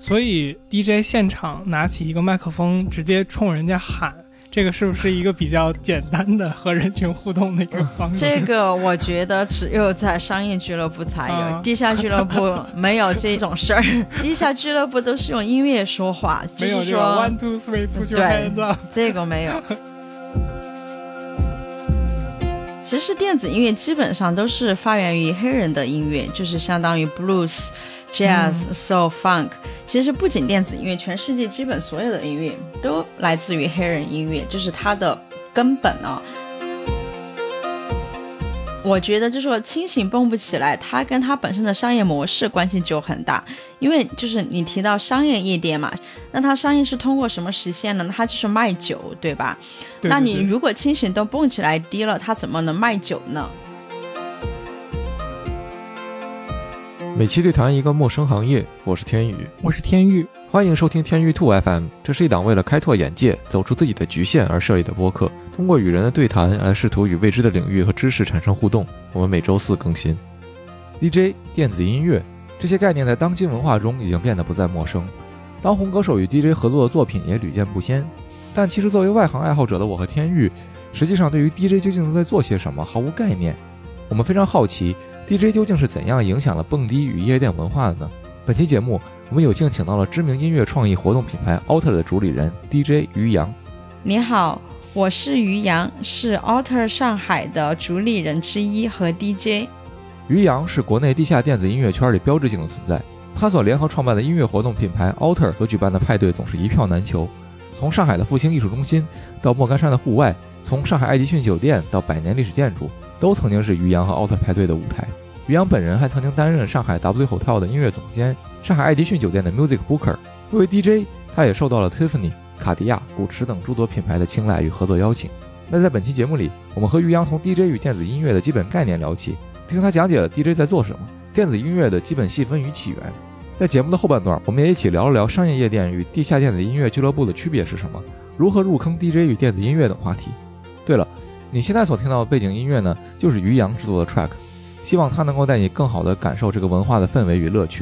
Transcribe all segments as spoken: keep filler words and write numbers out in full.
所以 D J 现场拿起一个麦克风直接冲人家喊，这个是不是一个比较简单的和人群互动的一个方式？ 这个我觉得只有在商业俱乐部才有、嗯、地下俱乐部没有这种事儿地下俱乐部都是用音乐说话， 没有就是说 one two three put your hands up， 这个没有其实电子音乐基本上都是发源于黑人的音乐，就是相当于 blues jazz、嗯、soul funk。其实不仅电子音乐，全世界基本所有的音乐都来自于黑人音乐，就是它的根本啊。我觉得就是说清醒蹦不起来，它跟它本身的商业模式关系就很大。因为就是你提到商业夜店嘛，那它商业是通过什么实现呢？它就是卖酒，对吧？ 对对对， 那你如果清醒都蹦起来低了，它怎么能卖酒呢？ 每期对谈一个陌生行业，我是天宇， 我是天宇， 欢迎收听天宇 two F M。 这是一档为了开拓眼界，走出自己的局限而设立的播客，通过与人的对谈来试图与未知的领域和知识产生互动。我们每周四更新。 D J 电子音乐这些概念在当今文化中已经变得不再陌生，当红歌手与 D J 合作的作品也屡见不鲜。但其实作为外行爱好者的我和天宇，实际上对于 D J 究竟在做些什么毫无概念。我们非常好奇D J 究竟是怎样影响了蹦迪与夜店文化的呢？本期节目我们有幸请到了知名音乐创意活动品牌 Alter 的主理人 D J 于洋。 你好，我是于洋，是 Alter 上海的主理人之一和 D J。 于洋是国内地下电子音乐圈里标志性的存在，他所联合创办的音乐活动品牌 Alter 所举办的派对总是一票难求，从上海的复兴艺术中心到莫干山的户外，从上海爱迪逊酒店到百年历史建筑，都曾经是于洋和 Alter 派对的舞台。于洋本人还曾经担任上海 W Hotel 的音乐总监，上海爱迪逊酒店的 Music Booker。 作为 D J， 他也受到了 Tiffany、 卡地亚、古驰等诸多品牌的青睐与合作邀请。那在本期节目里，我们和于洋从 D J 与电子音乐的基本概念聊起，听他讲解了 D J 在做什么，电子音乐的基本细分与起源。在节目的后半段，我们也一起聊了聊商业夜店与地下电子音乐俱乐部的区别是什么，如何入坑 D J 与电子音乐等话题。对了，你现在所听到的背景音乐呢，就是于洋制作的 track， 希望它能够带你更好地感受这个文化的氛围与乐趣。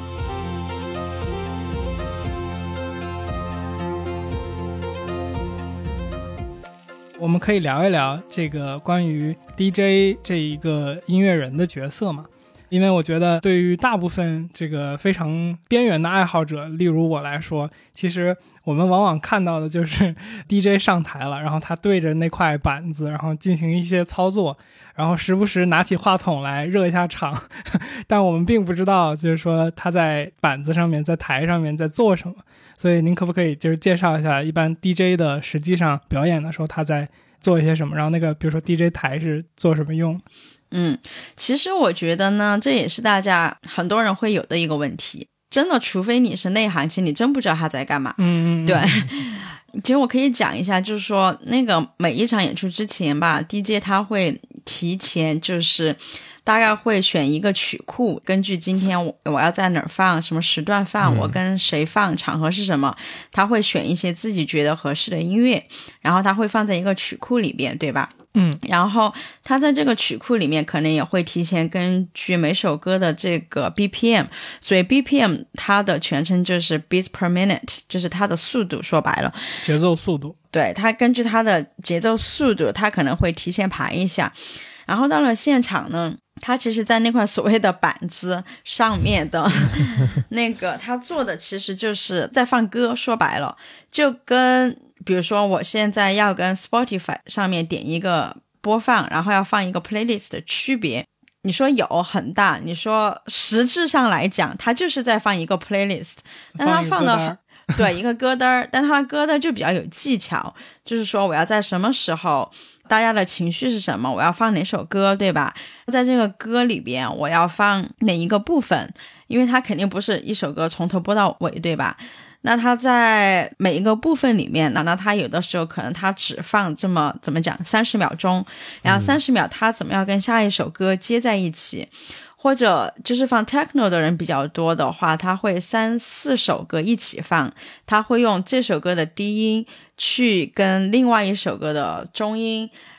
我们可以聊一聊这个关于 D J 这一个音乐人的角色嘛，因为我觉得对于大部分这个非常边缘的爱好者，例如我来说，其实我们往往看到的就是 D J 上台了，然后他对着那块板子然后进行一些操作，然后时不时拿起话筒来热一下场但我们并不知道就是说他在板子上面在台上面在做什么。所以您可不可以就是介绍一下一般 D J 的实际上表演的时候他在做一些什么，然后那个比如说 D J 台是做什么用？ 嗯，其实我觉得呢，这也是大家很多人会有的一个问题，真的除非你是内行，其实你真不知道他在干嘛。 嗯， 对其实我可以讲一下，就是说那个每一场演出之前吧， D J 他会提前就是大概会选一个曲库，根据今天我我要在哪儿放，什么时段放、嗯、我跟谁放，场合是什么，他会选一些自己觉得合适的音乐，然后他会放在一个曲库里边，对吧？ 嗯， 然后他在这个曲库里面可能也会提前根据每首歌的这个 B P M， 所以 B P M 它的全称就是 beats per minute， 就是它的速度，说白了节奏速度。对， 他根据他的节奏速度他可能会提前排一下，然后到了现场呢，他其实在那块所谓的板子上面的那个他做的其实就是在放歌，说白了就跟比如说我现在要跟 Spotify 上面点一个播放，然后要放一个 playlist 的区别，你说有很大，你说实质上来讲它就是在放一个 playlist， 但它放的对一个歌单，但它的歌单就比较有技巧，就是说我要在什么时候，大家的情绪是什么，我要放哪首歌，对吧？在这个歌里边我要放哪一个部分，因为它肯定不是一首歌从头播到尾，对吧？那它在每一个部分里面，那它有的时候可能它只放这么怎么讲三十秒钟，然后三十秒它怎么样跟下一首歌接在一起、嗯、或者就是放 techno 的人比较多的话，他会三四首歌一起放，他会用这首歌的低音去跟另外一首歌的中音，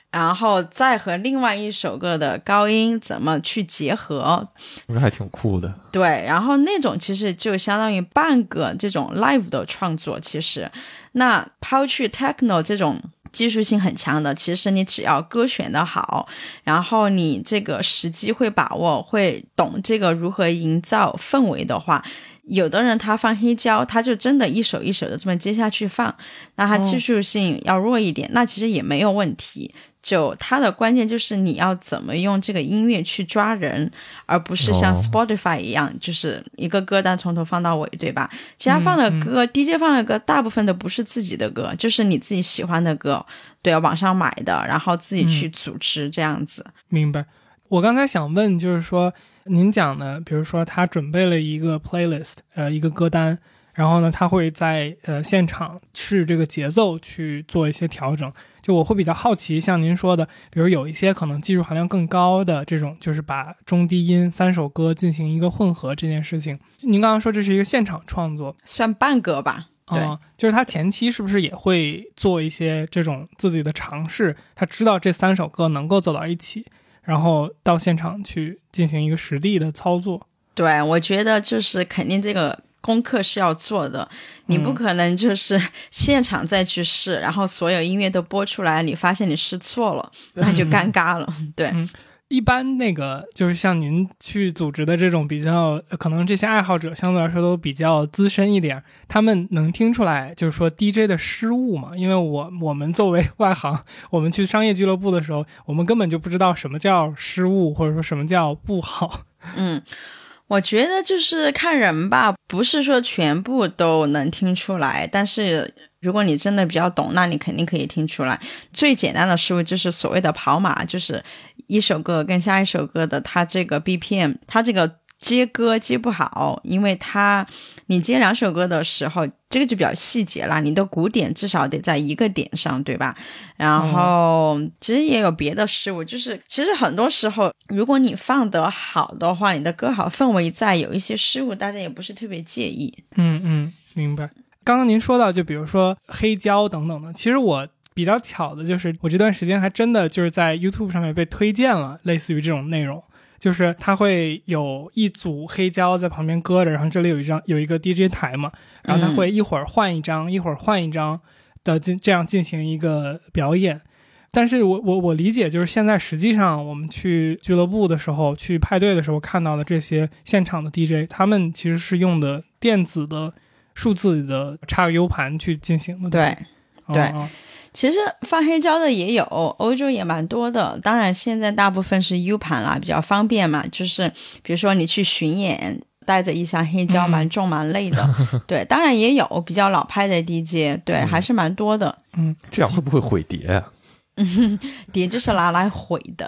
然后再和另外一首歌的高音怎么去结合， 这还挺酷的。 对，然后那种其实就相当于半个这种 live 的创作。其实那抛去 techno 这种技术性很强的，其实你只要歌选得好，然后你这个时机会把握，会懂这个如何营造氛围的话，有的人他放黑胶，他就真的一首一首的这么接下去放，那他技术性要弱一点、哦、那其实也没有问题。就它的关键就是你要怎么用这个音乐去抓人，而不是像 Spotify 一样、哦、就是一个歌单从头放到尾，对吧？其他放的歌、嗯嗯、D J 放的歌大部分都不是自己的歌，就是你自己喜欢的歌，对啊，网上买的，然后自己去组织、嗯、这样子。 明白。我刚才想问就是说您讲的比如说他准备了一个 playlist 呃，一个歌单，然后呢他会在呃现场试这个节奏去做一些调整。就我会比较好奇像您说的比如有一些可能技术含量更高的这种，就是把中低音三首歌进行一个混合这件事情，您刚刚说这是一个现场创作， 算半歌吧。对、 嗯，就是他前期是不是也会做一些这种自己的尝试，他知道这三首歌能够走到一起，然后到现场去进行一个实地的操作。 对，我觉得就是肯定这个功课是要做的，你不可能就是现场再去试、嗯、然后所有音乐都播出来，你发现你试错了，那就尴尬了、嗯、对、 嗯、一般那个就是像您去组织的这种比较可能这些爱好者相对来说都比较资深一点，他们能听出来就是说 D J 的失误吗？因为我我们作为外行，我们去商业俱乐部的时候，我们根本就不知道什么叫失误，或者说什么叫不好。 嗯，我觉得就是看人吧，不是说全部都能听出来，但是如果你真的比较懂，那你肯定可以听出来。最简单的失误就是所谓的跑马，就是一首歌跟下一首歌的它这个 B P M 它这个接歌接不好，因为它你接两首歌的时候这个就比较细节啦，你的鼓点至少得在一个点上，对吧？然后、嗯、其实也有别的失误，就是其实很多时候如果你放得好的话，你的歌好氛围在，有一些失误大家也不是特别介意。 嗯嗯，明白。刚刚您说到就比如说黑胶等等的，其实我比较巧的就是我这段时间还真的就是在 YouTube 上面被推荐了类似于这种内容，就是它会有一组黑胶在旁边搁着，然后这里有一张有一个 D J 台嘛，然后它会一会儿换一张、嗯、一会儿换一张的这样进行一个表演。但是我我我理解就是现在实际上我们去俱乐部的时候去派对的时候看到的这些现场的 D J 他们其实是用的电子的数字的插个 U 盘去进行的。 对对、 哦、 其实放黑胶的也有，欧洲也蛮多的，当然现在大部分是 U 盘啦，比较方便嘛，就是比如说你去巡演带着一箱黑胶蛮重蛮累的、嗯、对，当然也有比较老派的 D J， 对、嗯、还是蛮多的。 嗯，这样会不会毁碟啊？ 嗯，碟就是拿来毁的。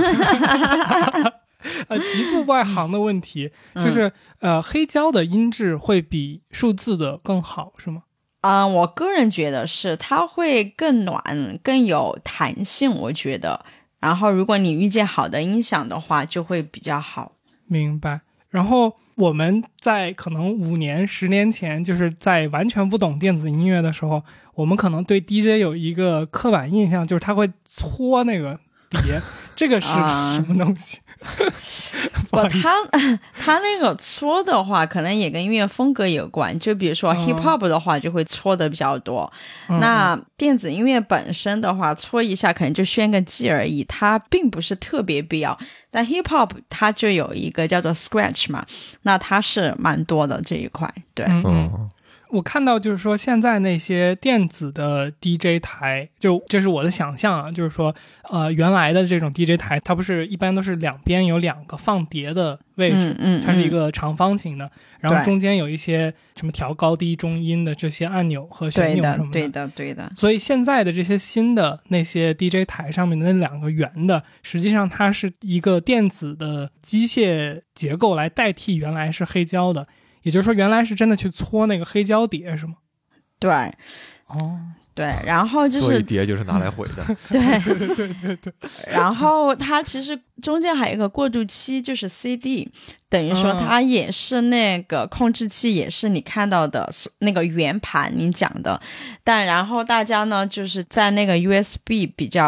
呃，极度外行的问题就是、嗯、呃，黑胶的音质会比数字的更好是吗？ 嗯、呃，我个人觉得是它会更暖更有弹性，我觉得，然后如果你遇见好的音响的话就会比较好。 明白。然后我们在可能五年十年前就是在完全不懂电子音乐的时候，我们可能对 D J 有一个刻板印象，就是他会搓那个碟这个是什么东西？ 不，他他那个搓的话可能也跟音乐风格有关，就比如说 hip hop 的话就会搓的比较多、嗯、那电子音乐本身的话搓一下可能就炫个技而已，它并不是特别必要。但 hip hop 它就有一个叫做 scratch 嘛，那它是蛮多的这一块。对， 嗯嗯，我看到就是说现在那些电子的 D J 台，就这是我的想象啊，就是说呃，原来的这种 D J 台它不是一般都是两边有两个放碟的位置、嗯嗯、它是一个长方形的、嗯、然后中间有一些什么调高低中音的这些按钮和旋钮什么的。 对的对的对的。 所以现在的这些新的那些 D J 台上面的那两个圆的，实际上它是一个电子的机械结构来代替原来是黑胶的，也就是说原来是真的去搓那个黑胶碟是吗？ 对。 哦， 对，然后就是所以碟就是拿来毁的。 对对对对对。 然后它其实中间还有一个过渡期，就是 C D， 等于说它也是那个控制器，也是你看到的那个圆盘你讲的，但然后大家呢就是在那个 U S B 比较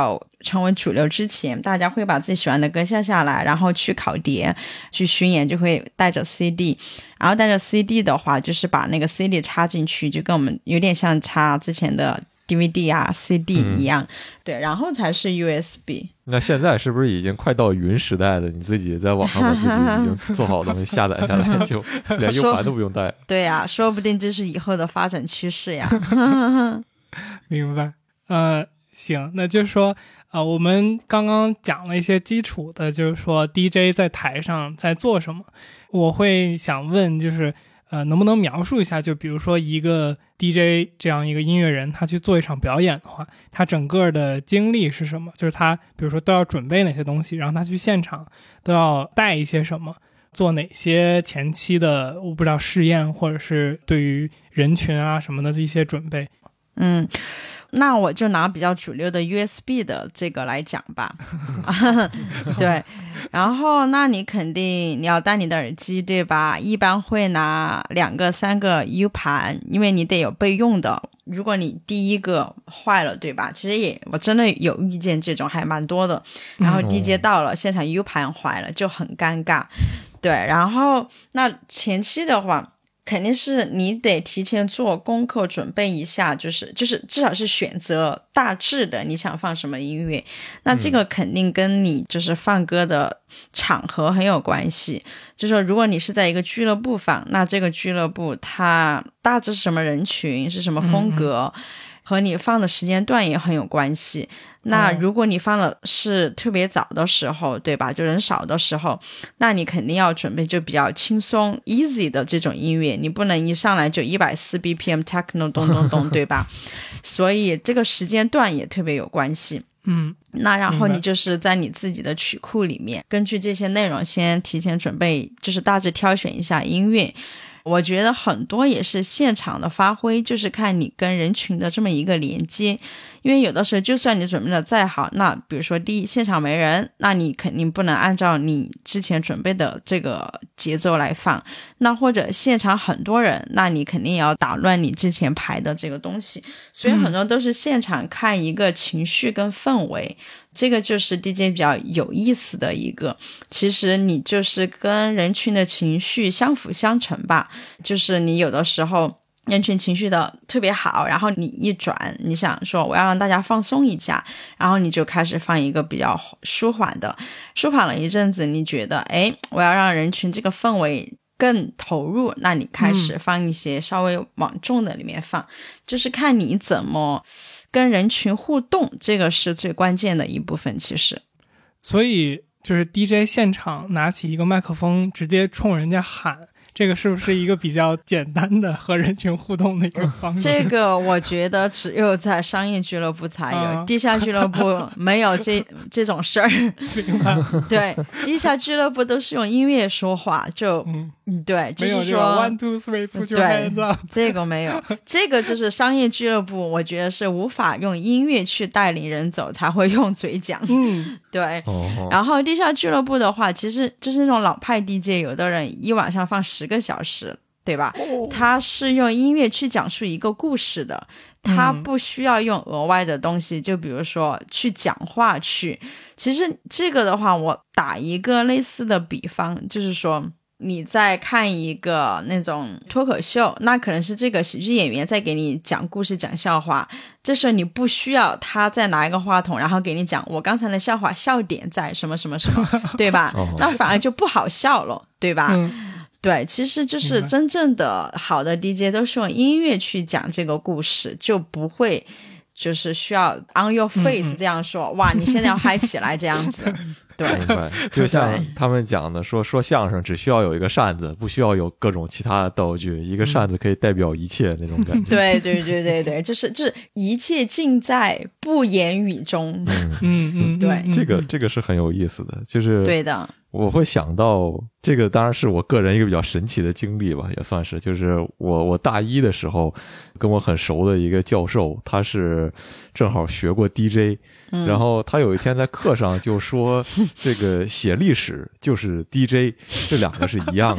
成为主流之前，大家会把自己喜欢的歌下下来，然后去拷碟去巡演，就会带着 C D， 然后带着 C D 的话就是把那个 C D 插进去，就跟我们有点像插之前的 D V D 啊 C D 一样、嗯、对，然后才是 U S B。 那现在是不是已经快到云时代了？你自己在网上把自己已经做好的东西下载下来，就连 U 盘都不用带。对呀、啊，说不定这是以后的发展趋势呀。 明白。呃，行，那就是说呃，我们刚刚讲了一些基础的，就是说 D J 在台上在做什么。我会想问，就是呃，能不能描述一下，就比如说一个 D J 这样一个音乐人，他去做一场表演的话，他整个的经历是什么？就是他比如说都要准备哪些东西，然后他去现场都要带一些什么，做哪些前期的我不知道试验，或者是对于人群啊什么的一些准备。 嗯，那我就拿比较主流的 U S B 的这个来讲吧。对，然后那你肯定你要带你的耳机，对吧？一般会拿两个三个 U 盘，因为你得有备用的，如果你第一个坏了，对吧？其实也我真的有遇见这种还蛮多的，然后 D J 到了、嗯、现场 U 盘坏了就很尴尬。对，然后那前期的话肯定是你得提前做功课准备一下，就是就是至少是选择大致的你想放什么音乐，那这个肯定跟你就是放歌的场合很有关系。就是说如果你是在一个俱乐部放，那这个俱乐部它大致是什么人群，是什么风格、嗯、和你放的时间段也很有关系。那如果你放的是特别早的时候，对吧，就人少的时候，那你肯定要准备就比较轻松 easy 的这种音乐，你不能一上来就一百四 B P M techno 咚咚咚，对吧？所以这个时间段也特别有关系。 嗯， 那然后你就是在你自己的曲库里面根据这些内容先提前准备，就是大致挑选一下音乐。我觉得很多也是现场的发挥，就是看你跟人群的这么一个连接。因为有的时候就算你准备的再好，那比如说第一现场没人，那你肯定不能按照你之前准备的这个节奏来放，那或者现场很多人，那你肯定也要打乱你之前排的这个东西。所以很多都是现场看一个情绪跟氛围、嗯、这个就是 D J 比较有意思的一个，其实你就是跟人群的情绪相辅相成吧。就是你有的时候人群情绪的特别好，然后你一转你想说我要让大家放松一下，然后你就开始放一个比较舒缓的，舒缓了一阵子你觉得诶我要让人群这个氛围更投入，那你开始放一些稍微往重的里面放、嗯、就是看你怎么跟人群互动，这个是最关键的一部分其实。 所以就是 D J 现场拿起一个麦克风直接冲人家喊，这个是不是一个比较简单的和人群互动的一个方式？ 这个我觉得只有在商业俱乐部才有、啊、地下俱乐部没有这这种事儿。对，地下俱乐部都是用音乐说话，就嗯，对，就是说 one two three put your hands up， 这个没有，这个就是商业俱乐部，我觉得是无法用音乐去带领人走，才会用嘴讲。嗯，对。哦、然后地下俱乐部的话，其实就是那种老派 D J， 有的人一晚上放十个小时，对吧？哦、他是用音乐去讲述一个故事的，他不需要用额外的东西，就比如说去讲话去。其实这个的话，我打一个类似的比方，就是说你在看一个那种脱口秀，那可能是这个喜剧演员在给你讲故事讲笑话，这时候你不需要他再拿一个话筒然后给你讲我刚才的笑话笑点在什么什么什么，对吧？那反而就不好笑了，对吧？嗯，对，其实就是真正的好的 D J 都是用音乐去讲这个故事，就不会就是需要 on your face 这样说、嗯、哇你现在要嗨起来这样子。对， 明白。就像他们讲的说说相声只需要有一个扇子，不需要有各种其他的道具，一个扇子可以代表一切那种感觉。 对对对对对，就是就是一切尽在不言语中。 嗯嗯， 对， 这个这个是很有意思的，就是对的。 我会想到这个当然是我个人一个比较神奇的经历吧，也算是，就是我我大一的时候跟我很熟的一个教授，他是正好学过 D J、嗯、然后他有一天在课上就说这个写历史就是 D J 这两个是一样的。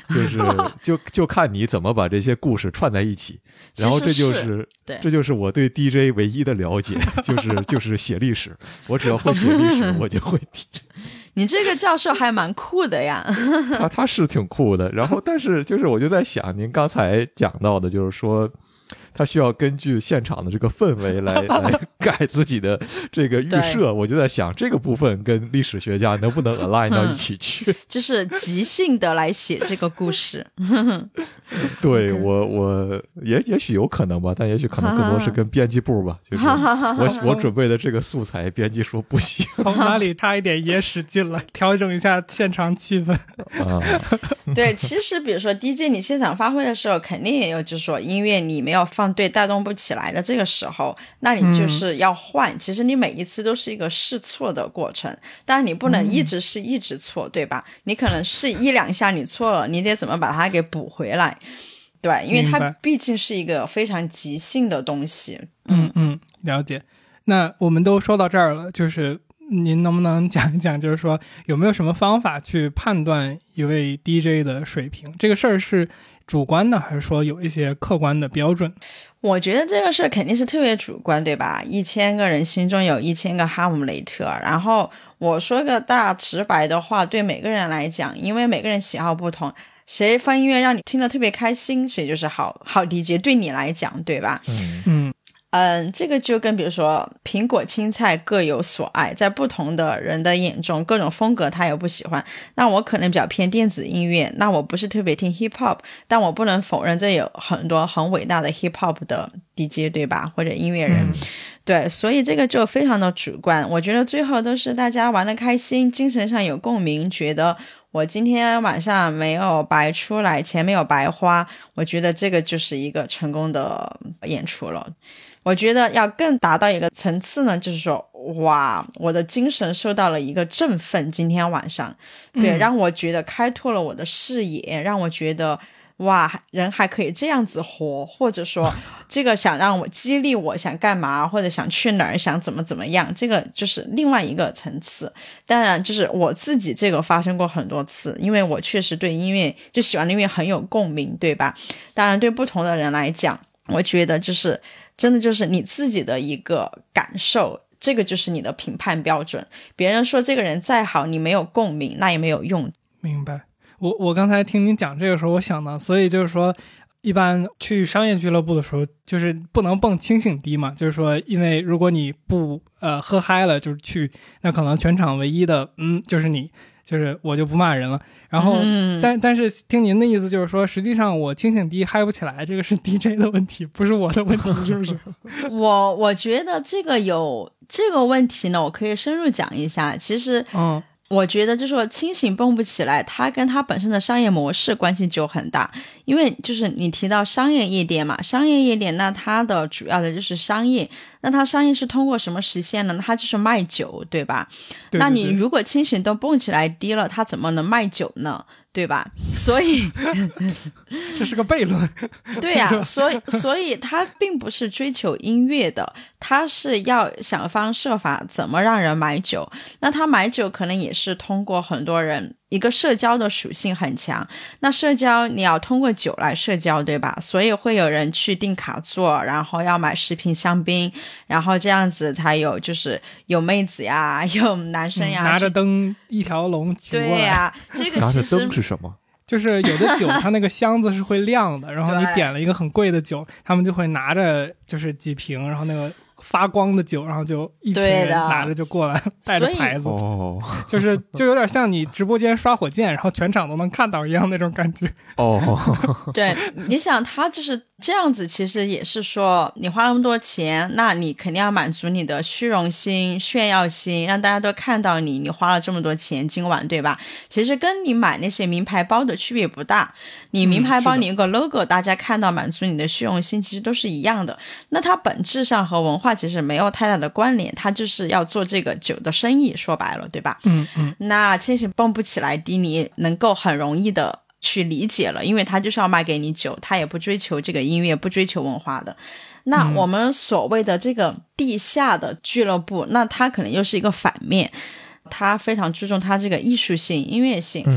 就是就就看你怎么把这些故事串在一起。然后这就是这就是我对 D J 唯一的了解，就是就是写历史。我只要会写历史，我就会 D J。 你这个教授还蛮酷的呀。 他他是挺酷的，然后但是就是我就在想，您刚才讲到的，就是说他需要根据现场的这个氛围来来改自己的这个预设，我就在想这个部分跟历史学家能不能 align 到一起去， 嗯、就是即兴的来写这个故事。 对我我也也许有可能吧，但也许可能更多是跟编辑部吧，就是我我准备的这个素材，编辑说不行， 从哪里差一点也使劲了，调整一下现场气氛。 啊， 对，其实比如说 D J 你现场发挥的时候，肯定也有就是说音乐你没有放对，带动不起来的这个时候，那你就是要换、嗯、其实你每一次都是一个试错的过程，但你不能一直试一直错、嗯、对吧，你可能试一两下你错了，你得怎么把它给补回来，对，因为它毕竟是一个非常即兴的东西。 嗯嗯，了解。那我们都说到这儿了，就是您能不能讲一讲，就是说有没有什么方法去判断一位 D J 的水平？这个事儿是主观的，还是说有一些客观的标准？ 我觉得这个事儿肯定是特别主观，对吧？一千个人心中有一千个哈姆雷特。然后我说个大直白的话，对每个人来讲，因为每个人喜好不同，谁放音乐让你听得特别开心，谁就是好好 D J， 对你来讲，对吧？ 嗯嗯。 嗯，这个就跟比如说苹果青菜各有所爱，在不同的人的眼中，各种风格他也不喜欢。那我可能比较偏电子音乐，那我不是特别听 hip hop， 但我不能否认这有很多很伟大的 hip hop 的 D J， 对吧？或者音乐人、嗯、对，所以这个就非常的主观。我觉得最后都是大家玩得开心，精神上有共鸣，觉得我今天晚上没有白出来，钱没有白花，我觉得这个就是一个成功的演出了。我觉得要更达到一个层次呢，就是说哇，我的精神受到了一个振奋，今天晚上对、嗯、让我觉得开拓了我的视野，让我觉得哇，人还可以这样子活，或者说这个想让我激励我想干嘛，或者想去哪儿，想怎么怎么样，这个就是另外一个层次。当然就是我自己这个发生过很多次，因为我确实对音乐就喜欢的音乐很有共鸣，对吧？当然对不同的人来讲，我觉得就是真的就是你自己的一个感受，这个就是你的评判标准。别人说这个人再好，你没有共鸣，那也没有用。 明白。我我刚才听您讲这个时候，我想到，所以就是说一般去商业俱乐部的时候，就是不能蹦清醒迪嘛，就是说因为如果你不呃喝嗨了就是去，那可能全场唯一的嗯就是你，就是我就不骂人了。然后、嗯、但但是听您的意思就是说，实际上我清醒迪嗨不起来，这个是 D J 的问题，不是我的问题，是不是？ 我我觉得这个有这个问题呢，我可以深入讲一下。其实嗯我觉得就是说清醒蹦不起来，它跟它本身的商业模式关系就很大。因为就是你提到商业夜店嘛，商业夜店那它的主要的就是商业，那它商业是通过什么实现呢？它就是卖酒，对吧？对对对，那你如果清醒都蹦起来低了，它怎么能卖酒呢？对吧？所以这是个悖论。 对呀、啊，所以所以他并不是追求音乐的，他是要想方设法怎么让人买酒。那他买酒可能也是通过很多人，一个社交的属性很强。那社交你要通过酒来社交，对吧？所以会有人去订卡座，然后要买十瓶香槟，然后这样子才有就是有妹子呀，有男生呀、 嗯、拿着灯一条龙举过来。 对呀、啊，这个拿着灯是什么？ 就是有的酒它那个箱子是会亮的，然后你点了一个很贵的酒，他们就会拿着就是几瓶，然后那个发光的酒，然后就一群人拿着就过来，带着牌子，就是就有点像你直播间刷火箭，然后全场都能看到一样那种感觉。 哦， 对，你想他就是这样子，其实也是说你花那么多钱，那你肯定要满足你的虚荣心、炫耀心，让大家都看到你，你花了这么多钱今晚，对吧？其实跟你买那些名牌包的区别不大，你名牌包你有个 logo、嗯、大家看到满足你的虚荣心，其实都是一样的。那它本质上和文化其实没有太大的关联，它就是要做这个酒的生意，说白了，对吧？ 嗯嗯。 那清醒蹦不起来低，你能够很容易的去理解了，因为他就是要卖给你酒，他也不追求这个音乐，不追求文化的。那我们所谓的这个地下的俱乐部，那它可能又是一个反面，他非常注重他这个艺术性、音乐性。 嗯，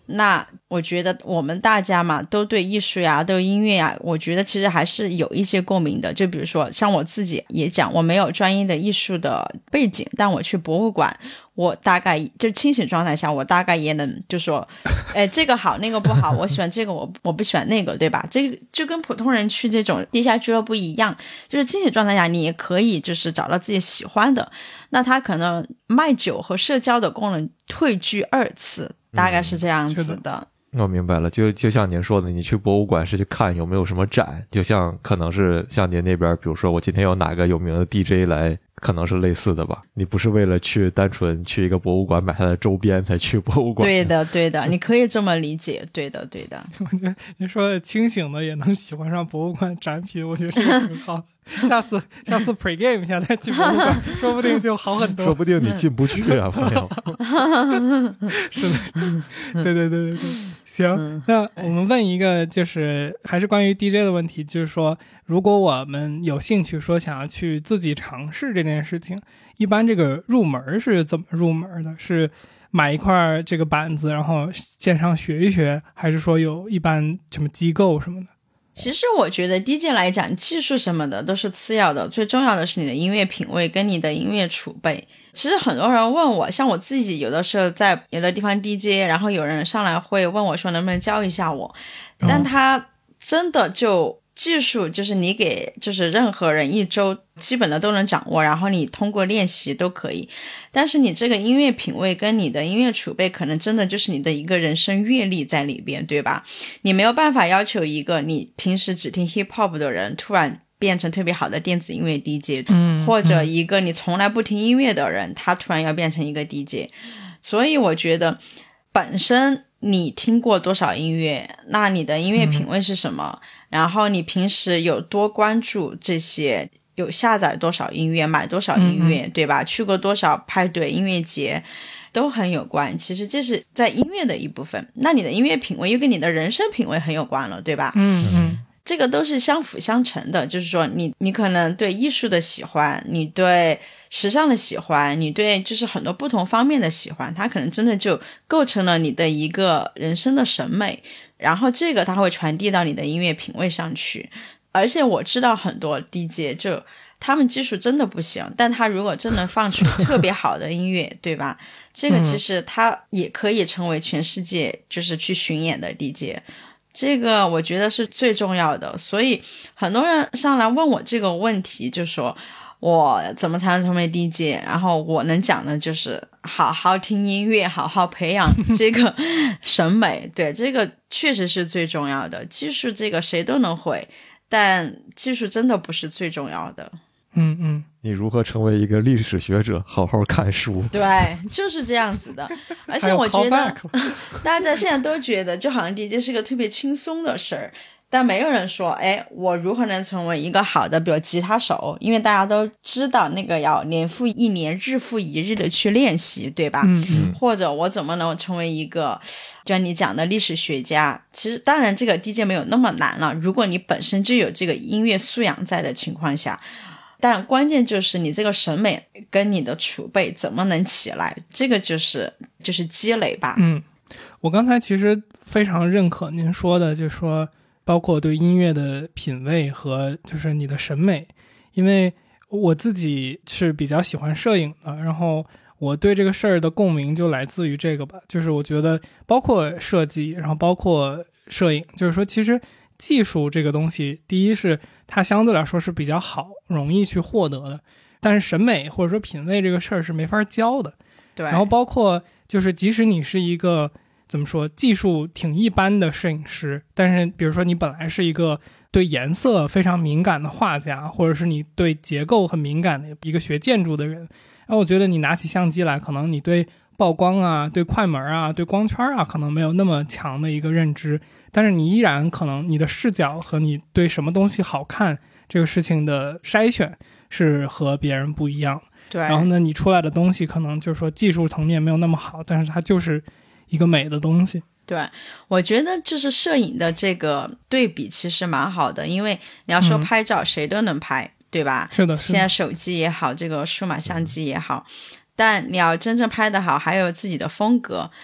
那我觉得我们大家嘛都对艺术呀都音乐呀，我觉得其实还是有一些共鸣的。就比如说像我自己也讲，我没有专业的艺术的背景，但我去博物馆，我大概就清醒状态下我大概也能就说哎，这个好那个不好，我喜欢这个我我不喜欢那个，对吧？这个就跟普通人去这种地下俱乐部一样，就是清醒状态下你也可以就是找到自己喜欢的，那他可能卖酒和社交的功能退居二次，大概是这样子的。 嗯，我明白了，就就像您说的，你去博物馆是去看有没有什么展，就像可能是像您那边，比如说我今天有哪个有名的 D J 来，可能是类似的吧。你不是为了去单纯去一个博物馆买它的周边才去博物馆。 对的对的，你可以这么理解，对的对的。 我觉得你说的清醒的也能喜欢上博物馆展品，我觉得这个挺好。下次下次 pre game 一下再去博物馆，说不定就好很多。 说不定你进不去啊，朋友。 是的，对对对对对。行、嗯，那我们问一个，就是还是关于 D J 的问题，就是说，如果我们有兴趣说想要去自己尝试这件事情，一般这个入门是怎么入门的？是买一块这个板子，然后线上学一学，还是说有一般什么机构什么的？ 其实我觉得 D J 来讲，技术什么的都是次要的，最重要的是你的音乐品味跟你的音乐储备。其实很多人问我，像我自己有的时候在有的地方 D J， 然后有人上来会问我说能不能教一下我，但他真的就技术就是你给就是任何人一周基本的都能掌握，然后你通过练习都可以，但是你这个音乐品味跟你的音乐储备可能真的就是你的一个人生阅历在里边，对吧？你没有办法要求一个你平时只听 hip hop 的人突然变成特别好的电子音乐 D J， 嗯， 或者一个你从来不听音乐的人他突然要变成一个 D J。 所以我觉得本身你听过多少音乐，那你的音乐品味是什么、嗯、然后你平时有多关注这些，有下载多少音乐，买多少音乐、嗯、对吧？去过多少派对音乐节都很有关。其实这是在音乐的一部分，那你的音乐品味又跟你的人生品味很有关了，对吧？ 嗯嗯， 这个都是相辅相成的。就是说你你可能对艺术的喜欢，你对时尚的喜欢，你对就是很多不同方面的喜欢，它可能真的就构成了你的一个人生的审美，然后这个它会传递到你的音乐品味上去。而且我知道很多 D J 就他们技术真的不行，但他如果真能放出特别好的音乐对吧，这个其实他也可以成为全世界就是去巡演的 D J，这个我觉得是最重要的。所以很多人上来问我这个问题，就说我怎么才能成为 D J， 然后我能讲的就是好好听音乐，好好培养这个审美对，这个确实是最重要的。技术这个谁都能会，但技术真的不是最重要的。 嗯嗯， 你如何成为一个历史学者？好好看书。 对，就是这样子的。而且我觉得大家现在都觉得就好像 D J 是个特别轻松的事儿，但没有人说哎，我如何能成为一个好的比如吉他手，因为大家都知道那个要年复一年日复一日的去练习，对吧？ 嗯嗯， 或者我怎么能成为一个就像你讲的历史学家，其实当然这个 D J 没有那么难了，如果你本身就有这个音乐素养在的情况下，但关键就是你这个审美跟你的储备怎么能起来，这个就是就是积累吧。 嗯，我刚才其实非常认可您说的，就是说包括对音乐的品味和就是你的审美，因为我自己是比较喜欢摄影的，然后我对这个事儿的共鸣就来自于这个吧，就是我觉得包括设计，然后包括摄影，就是说其实技术这个东西，第一是它相对来说是比较好容易去获得的，但是审美或者说品味这个事儿是没法教的。 对， 然后包括就是即使你是一个怎么说技术挺一般的摄影师，但是比如说你本来是一个对颜色非常敏感的画家，或者是你对结构很敏感的一个学建筑的人，然后我觉得你拿起相机来，可能你对曝光啊，对快门啊，对光圈啊可能没有那么强的一个认知，但是你依然可能你的视角和你对什么东西好看这个事情的筛选是和别人不一样。 对， 然后呢你出来的东西可能就是说技术层面没有那么好，但是它就是一个美的东西。 对，我觉得就是摄影的这个对比其实蛮好的，因为你要说拍照谁都能拍、嗯、对吧？ 是的，是的， 现在手机也好，这个数码相机也好，但你要真正拍得好还有自己的风格，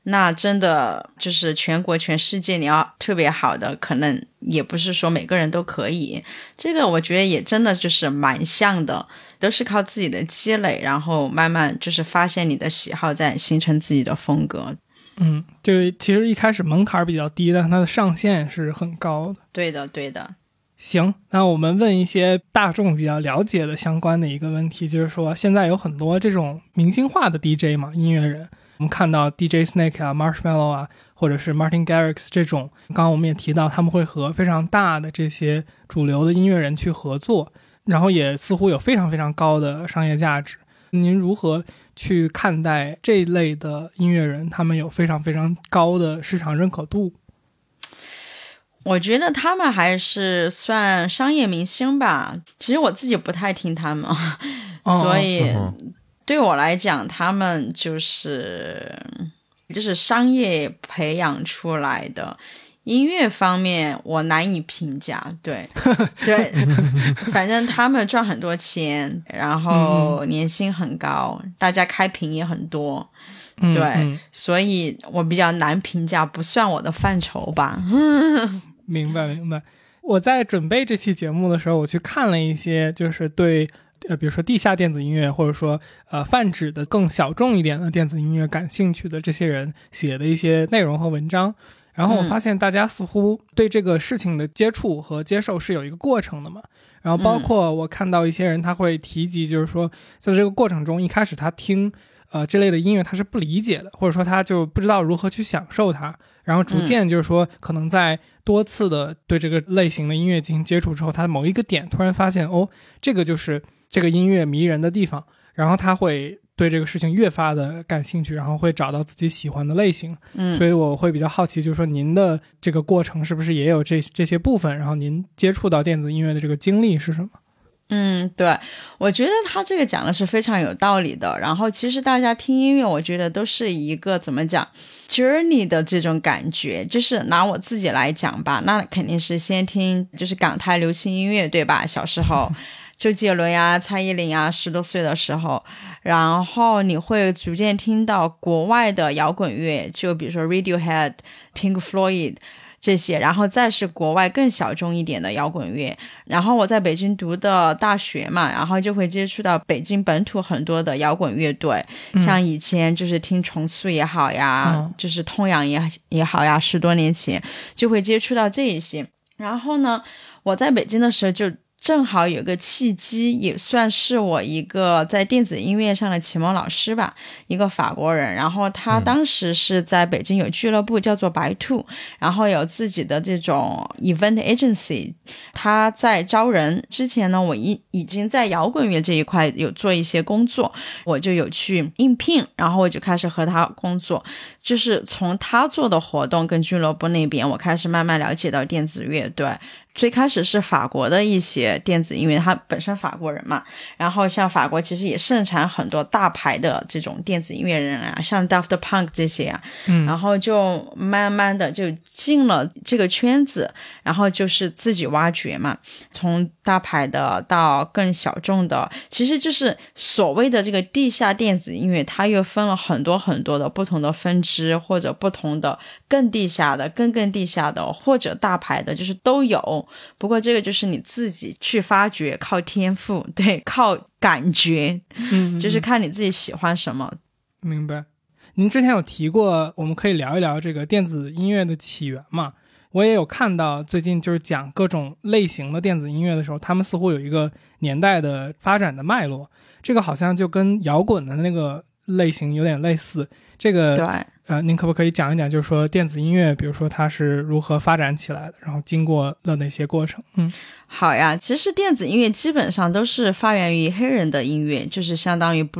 那真的就是全国全世界你要特别好的，可能也不是说每个人都可以。这个我觉得也真的就是蛮像的，都是靠自己的积累，然后慢慢就是发现你的喜好，再形成自己的风格。 嗯，就其实一开始门槛比较低，但它的上限是很高的。 对的对的。 行，那我们问一些大众比较了解的相关的一个问题，就是说现在有很多这种明星化的 D J 嘛，音乐人，我们看到 D J Snake 啊 Marshmello 啊，或者是 Martin Garrix 这种，刚刚我们也提到他们会和非常大的这些主流的音乐人去合作，然后也似乎有非常非常高的商业价值。您如何去看待这一类的音乐人，他们有非常非常高的市场认可度？ 我觉得他们还是算商业明星吧，其实我自己不太听他们，哦、所以对我来讲他们就是就是商业培养出来的，音乐方面我难以评价。对对，反正他们赚很多钱，然后年薪很高、嗯、大家开屏也很多，对、嗯嗯、所以我比较难评价，不算我的范畴吧。 明白明白。我在准备这期节目的时候，我去看了一些就是对呃，比如说地下电子音乐，或者说呃泛指的更小众一点的电子音乐感兴趣的这些人写的一些内容和文章，然后我发现大家似乎对这个事情的接触和接受是有一个过程的嘛。然后包括我看到一些人他会提及，就是说在这个过程中，一开始他听呃这类的音乐他是不理解的，或者说他就不知道如何去享受它，然后逐渐就是说可能在多次的对这个类型的音乐进行接触之后，他某一个点突然发现，哦，这个就是这个音乐迷人的地方，然后他会对这个事情越发的感兴趣，然后会找到自己喜欢的类型。嗯，所以我会比较好奇，就是说您的这个过程是不是也有这这些部分，然后您接触到电子音乐的这个经历是什么？ 嗯，对，我觉得他这个讲的是非常有道理的。然后其实大家听音乐，我觉得都是一个怎么讲 journey 的这种感觉。就是拿我自己来讲吧，那肯定是先听就是港台流行音乐，对吧？小时候周杰伦呀、蔡依林呀，十多岁的时候，然后你会逐渐听到国外的摇滚乐，就比如说 Radiohead、Pink Floyd这些，然后再是国外更小众一点的摇滚乐。然后我在北京读的大学嘛，然后就会接触到北京本土很多的摇滚乐队、嗯、像以前就是听重塑也好呀、嗯、就是痛仰也也好呀，十多年前就会接触到这一些。然后呢，我在北京的时候就正好有个契机，也算是我一个在电子音乐上的启蒙老师吧，一个法国人。然后他当时是在北京有俱乐部叫做白兔，然后有自己的这种 event agency。他在招人之前呢，我已已经在摇滚乐这一块有做一些工作，我就有去应聘，然后我就开始和他工作。就是从他做的活动跟俱乐部那边，我开始慢慢了解到电子乐队。最开始是法国的一些电子音乐，他本身法国人嘛，然后像法国其实也盛产很多大牌的这种电子音乐人啊，像 Daft Punk 这些啊，嗯，然后就慢慢的就进了这个圈子，然后就是自己挖掘嘛，从大牌的到更小众的，其实就是所谓的这个地下电子音乐，它又分了很多很多的不同的分支，或者不同的更地下的、更更地下的，或者大牌的，就是都有。不过这个就是你自己去发掘，靠天赋，对，靠感觉，嗯，就是看你自己喜欢什么。 明白。您之前有提过，我们可以聊一聊这个电子音乐的起源嘛？我也有看到最近就是讲各种类型的电子音乐的时候，他们似乎有一个年代的发展的脉络，这个好像就跟摇滚的那个类型有点类似。这个对。呃，您可不可以讲一讲，就是说电子音乐，比如说它是如何发展起来的，然后经过了哪些过程？嗯， 好呀，其实电子音乐基本上都是发源于黑人的音乐，就是相当于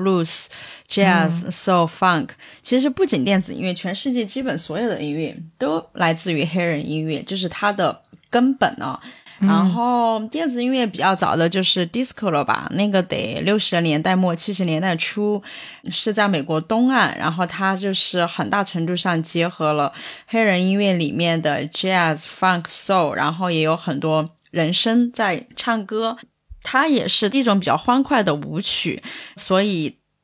blues、jazz、soul、funk。其实不仅电子音乐，全世界基本所有的音乐都来自于黑人音乐，就是它的根本啊。然后电子音乐比较早的就是 disco 了吧，那个得六十年代末七十年代初，是在美国东岸，然后它就是很大程度上结合了黑人音乐里面的 jazz、funk、soul， 然后也有很多人声在唱歌，它也是一种比较欢快的舞曲，所以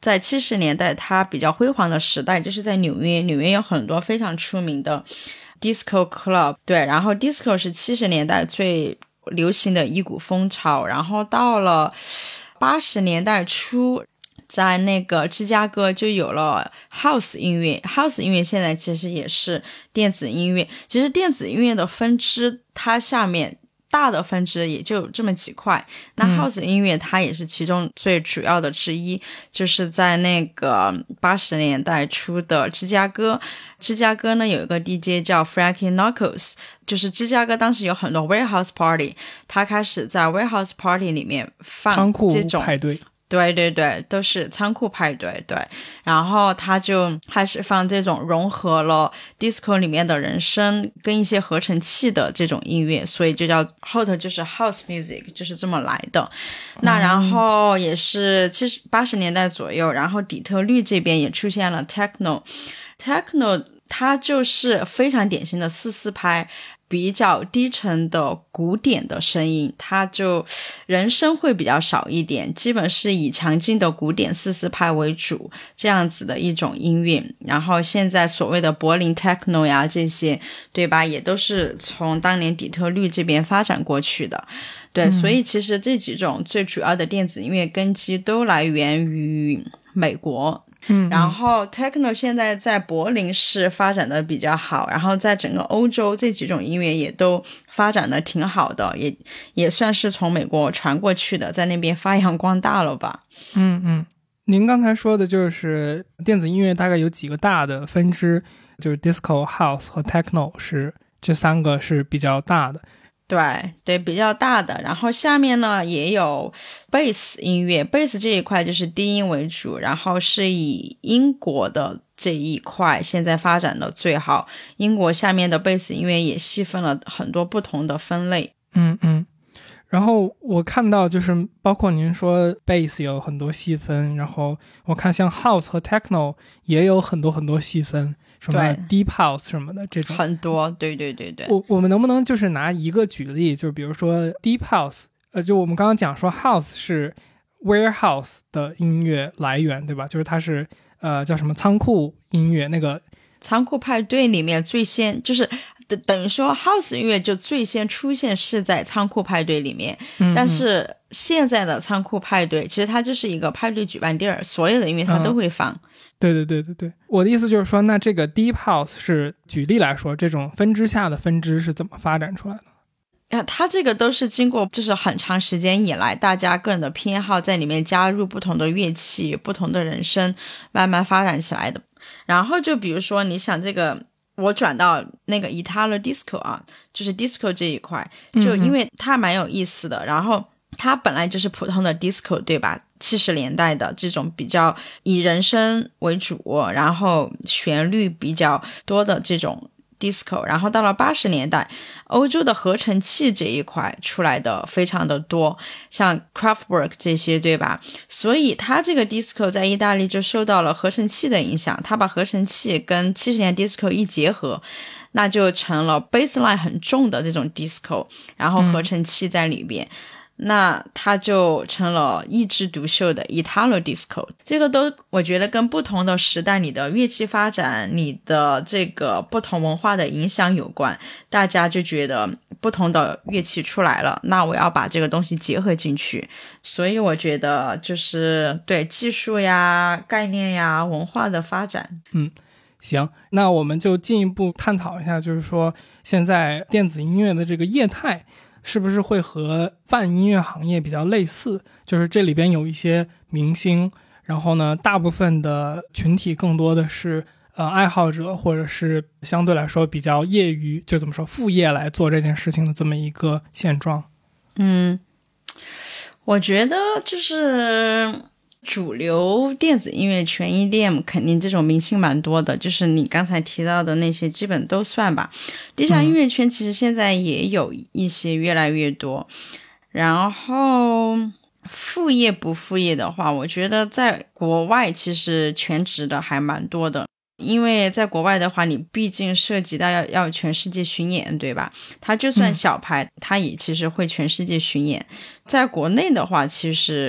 在七十年代它比较辉煌的时代，就是在纽约，纽约有很多非常出名的 disco club， 对，然后 disco 是七十年代最流行的一股风潮，然后到了八十年代初，在那个芝加哥就有了 house 音乐 house 音乐现在其实也是电子音乐，其实电子音乐的分支它下面大的分支也就这么几块，那 house 音乐它也是其中最主要的之一，嗯、就是在那个八十年代初的芝加哥，芝加哥呢有一个 D J 叫 Frankie Knuckles， 就是芝加哥当时有很多 warehouse party， 他开始在 warehouse party 里面放这种仓库派对， 对对对，都是仓库派对，对，然后他就开始放这种融合了 disco 里面的人声跟一些合成器的这种音乐，所以就叫后头就是 house music， 就是这么来的。那然后也是七十八十年代左右，然后底特律这边也出现了 techno， techno 它就是非常典型的四四拍。比较低沉的古典的声音，它就人声会比较少一点，基本是以强劲的古典四四拍为主，这样子的一种音乐。然后现在所谓的柏林 techno 呀这些，对吧，也都是从当年底特律这边发展过去的。对、嗯、所以其实这几种最主要的电子音乐根基都来源于美国。 嗯， 然后 techno 现在在柏林市发展的比较好，然后在整个欧洲这几种音乐也都发展的挺好的，也也算是从美国传过去的，在那边发扬光大了吧。 嗯嗯，您刚才说的就是电子音乐大概有几个大的分支，就是 disco house 和 techno 是这三个是比较大的。 对对，比较大的。然后下面呢也有 bass 音乐， bass 这一块就是低音为主，然后是以英国的这一块现在发展的最好，英国下面的 bass 音乐也细分了很多不同的分类。 嗯嗯，然后我看到就是包括您说 bass 有很多细分，然后我看像 house 和 techno 也有很多很多细分，什么 deep house 什么的这种很多。对对对对， 我我们能不能就是拿一个举例，就是比如说 deep house， 呃，就我们刚刚讲说 house 是 warehouse 的音乐来源，对吧？就是它是呃叫什么仓库音乐，那个仓库派对里面最先就是等于说 house 音乐就最先出现是在仓库派对里面， 嗯嗯， 但是现在的仓库派对其实它就是一个派对举办地儿，所有的音乐它都会放。嗯， 对对对对对，我的意思就是说，那这个 deep house 是举例来说，这种分支下的分支是怎么发展出来的？ 啊，它这个都是经过就是很长时间以来大家个人的偏好在里面加入不同的乐器不同的人声慢慢发展起来的。然后就比如说你想这个我转到那个 Italo Disco 啊，就是 Disco 这一块，就因为它蛮有意思的，嗯，然后它本来就是普通的 Disco 对吧，七十年代的这种比较以人声为主然后旋律比较多的这种disco， 然后到了八十年代欧洲的合成器这一块出来的非常的多，像 Kraftwerk 这些对吧，所以它这个 disco 在意大利就受到了合成器的影响，它把合成器跟七十年 disco 一结合，那就成了 bassline 很重的这种 disco， 然后合成器在里边，嗯，那它就成了一枝独秀的 Italo Disco。 这个都我觉得跟不同的时代你的乐器发展你的这个不同文化的影响有关，大家就觉得不同的乐器出来了，那我要把这个东西结合进去，所以我觉得就是对技术呀概念呀文化的发展。 嗯，行，那我们就进一步探讨一下，就是说现在电子音乐的这个业态是不是会和泛音乐行业比较类似，就是这里边有一些明星，然后呢大部分的群体更多的是呃爱好者，或者是相对来说比较业余，就怎么说副业来做这件事情的这么一个现状。 嗯，我觉得就是主流电子音乐全 E D M 肯定这种明星蛮多的，就是你刚才提到的那些基本都算吧。地下音乐圈其实现在也有一些越来越多，嗯，然后副业不副业的话，我觉得在国外其实全职的还蛮多的，因为在国外的话你毕竟涉及到要要全世界巡演对吧，他就算小牌，嗯，他也其实会全世界巡演。在国内的话其实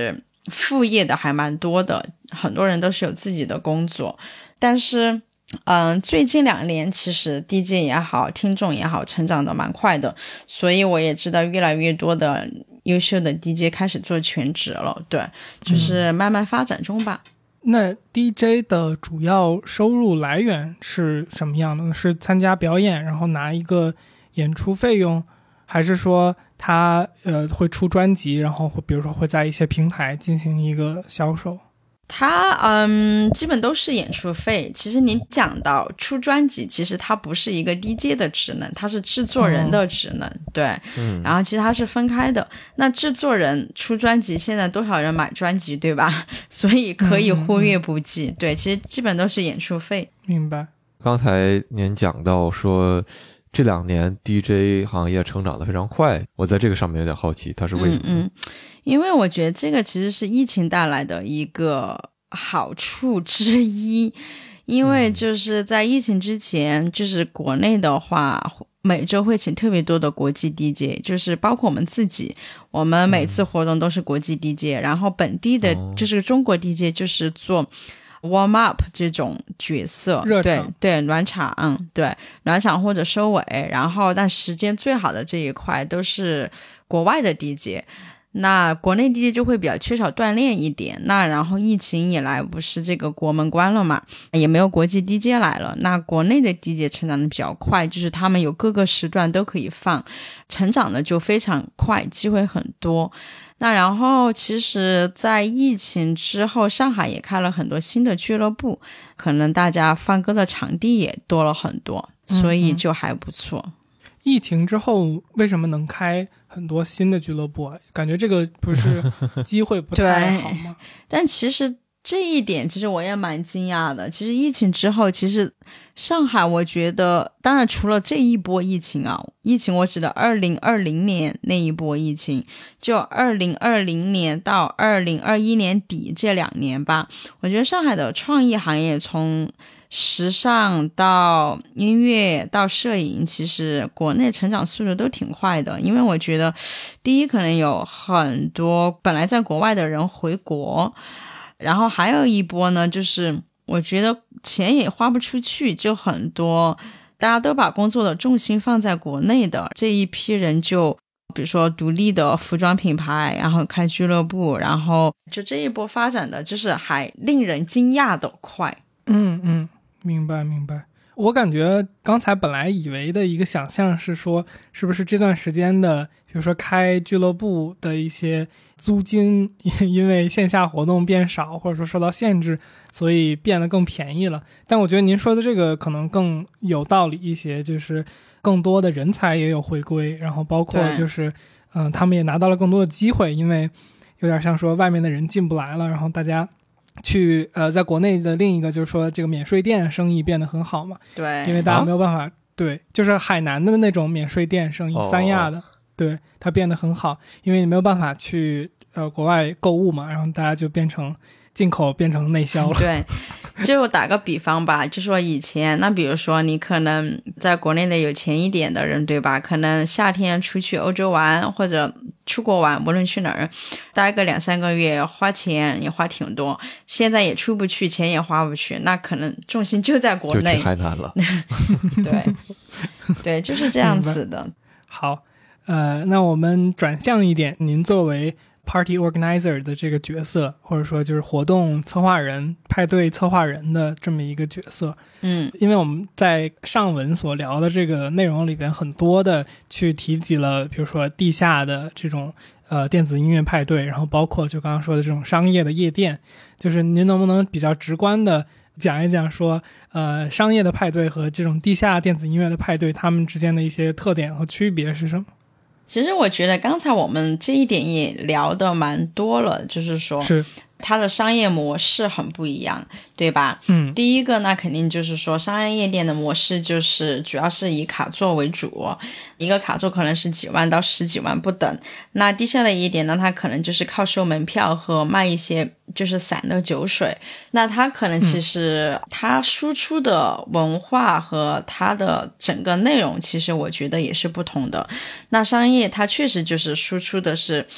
副业的还蛮多的，很多人都是有自己的工作。但是嗯，最近两年其实 D J 也好，听众也好，成长的蛮快的，所以我也知道越来越多的优秀的 D J 开始做全职了，对，就是慢慢发展中吧。 嗯、那 D J 的主要收入来源是什么样的？是参加表演然后拿一个演出费用，还是说他呃会出专辑，然后比如说会在一些平台进行一个销售？ 他嗯，基本都是演出费。其实你讲到出专辑，其实它不是一个 D J 的职能，它是制作人的职能，哦、对，嗯，然后其实它是分开的。那制作人出专辑，现在多少人买专辑，对吧？所以可以忽略不计。嗯嗯对，其实基本都是演出费。 明白。 刚才您讲到说，这两年 D J 行业成长得非常快，我在这个上面有点好奇，它是为什么？ 嗯嗯，因为我觉得这个其实是疫情带来的一个好处之一，因为就是在疫情之前，就是国内的话，每周会请特别多的国际 D J， 就是包括我们自己，我们每次活动都是国际 D J，、嗯、然后本地的就是中国 D J 就是做warm up 这种角色，对对，暖场，嗯，对，暖场或者收尾，然后但时间最好的这一块都是国外的 D J， 那国内 D J 就会比较缺少锻炼一点。那然后疫情以来不是这个国门关了嘛，也没有国际 D J 来了，那国内的 D J 成长的比较快，就是他们有各个时段都可以放，成长的就非常快，机会很多。那然后其实在疫情之后，上海也开了很多新的俱乐部，可能大家放歌的场地也多了很多，所以就还不错。 嗯嗯，疫情之后为什么能开很多新的俱乐部啊？感觉这个不是机会不太好吗？ 但其实这一点其实我也蛮惊讶的。其实疫情之后，其实上海我觉得，当然除了这一波疫情啊，疫情我指的二零二零年那一波疫情，就二零二零年到二零二一年底这两年吧，我觉得上海的创意行业从时尚到音乐到摄影，其实国内成长速度都挺快的。因为我觉得第一可能有很多本来在国外的人回国，然后还有一波呢，就是我觉得钱也花不出去，就很多大家都把工作的重心放在国内的这一批人，就比如说独立的服装品牌，然后开俱乐部，然后就这一波发展的就是还令人惊讶的快。 嗯嗯，明白明白。我感觉刚才本来以为的一个想象是说，是不是这段时间的比如说开俱乐部的一些租金因为线下活动变少或者说受到限制，所以变得更便宜了。但我觉得您说的这个可能更有道理一些，就是更多的人才也有回归，然后包括就是嗯、呃，他们也拿到了更多的机会，因为有点像说外面的人进不来了，然后大家去呃，在国内的另一个就是说这个免税店生意变得很好嘛， 对， 因为大家没有办法、啊、对，就是海南的那种免税店生意、哦、三亚的，对，它变得很好，因为你没有办法去呃国外购物嘛，然后大家就变成进口变成内销了。 对，就打个比方吧，就说以前，那比如说你可能在国内的有钱一点的人，对吧？可能夏天出去欧洲玩或者出国玩，无论去哪儿，待个两三个月，花钱也花挺多。现在也出不去，钱也花不去，那可能重心就在国内， 就去海南了。 对，对，就是这样子的。 好，呃，那我们转向一点，您作为Party Organizer 的这个角色，或者说就是活动策划人、派对策划人的这么一个角色， 嗯， 因为我们在上文所聊的这个内容里边，很多的去提及了，比如说地下的这种呃电子音乐派对，然后包括就刚刚说的这种商业的夜店，就是您能不能比较直观的讲一讲说，呃，商业的派对和这种地下电子音乐的派对，它们之间的一些特点和区别是什么？ 其实我觉得刚才我们这一点也聊得蛮多了，就是说是它的商业模式很不一样，对吧？ 嗯， 第一个那肯定就是说商业夜店的模式就是主要是以卡座为主，一个卡座可能是几万到十几万不等。那地下的夜店呢，它可能就是靠收门票和卖一些就是散的酒水，那它可能其实它输出的文化和它的整个内容其实我觉得也是不同的。那商业它确实就是输出的是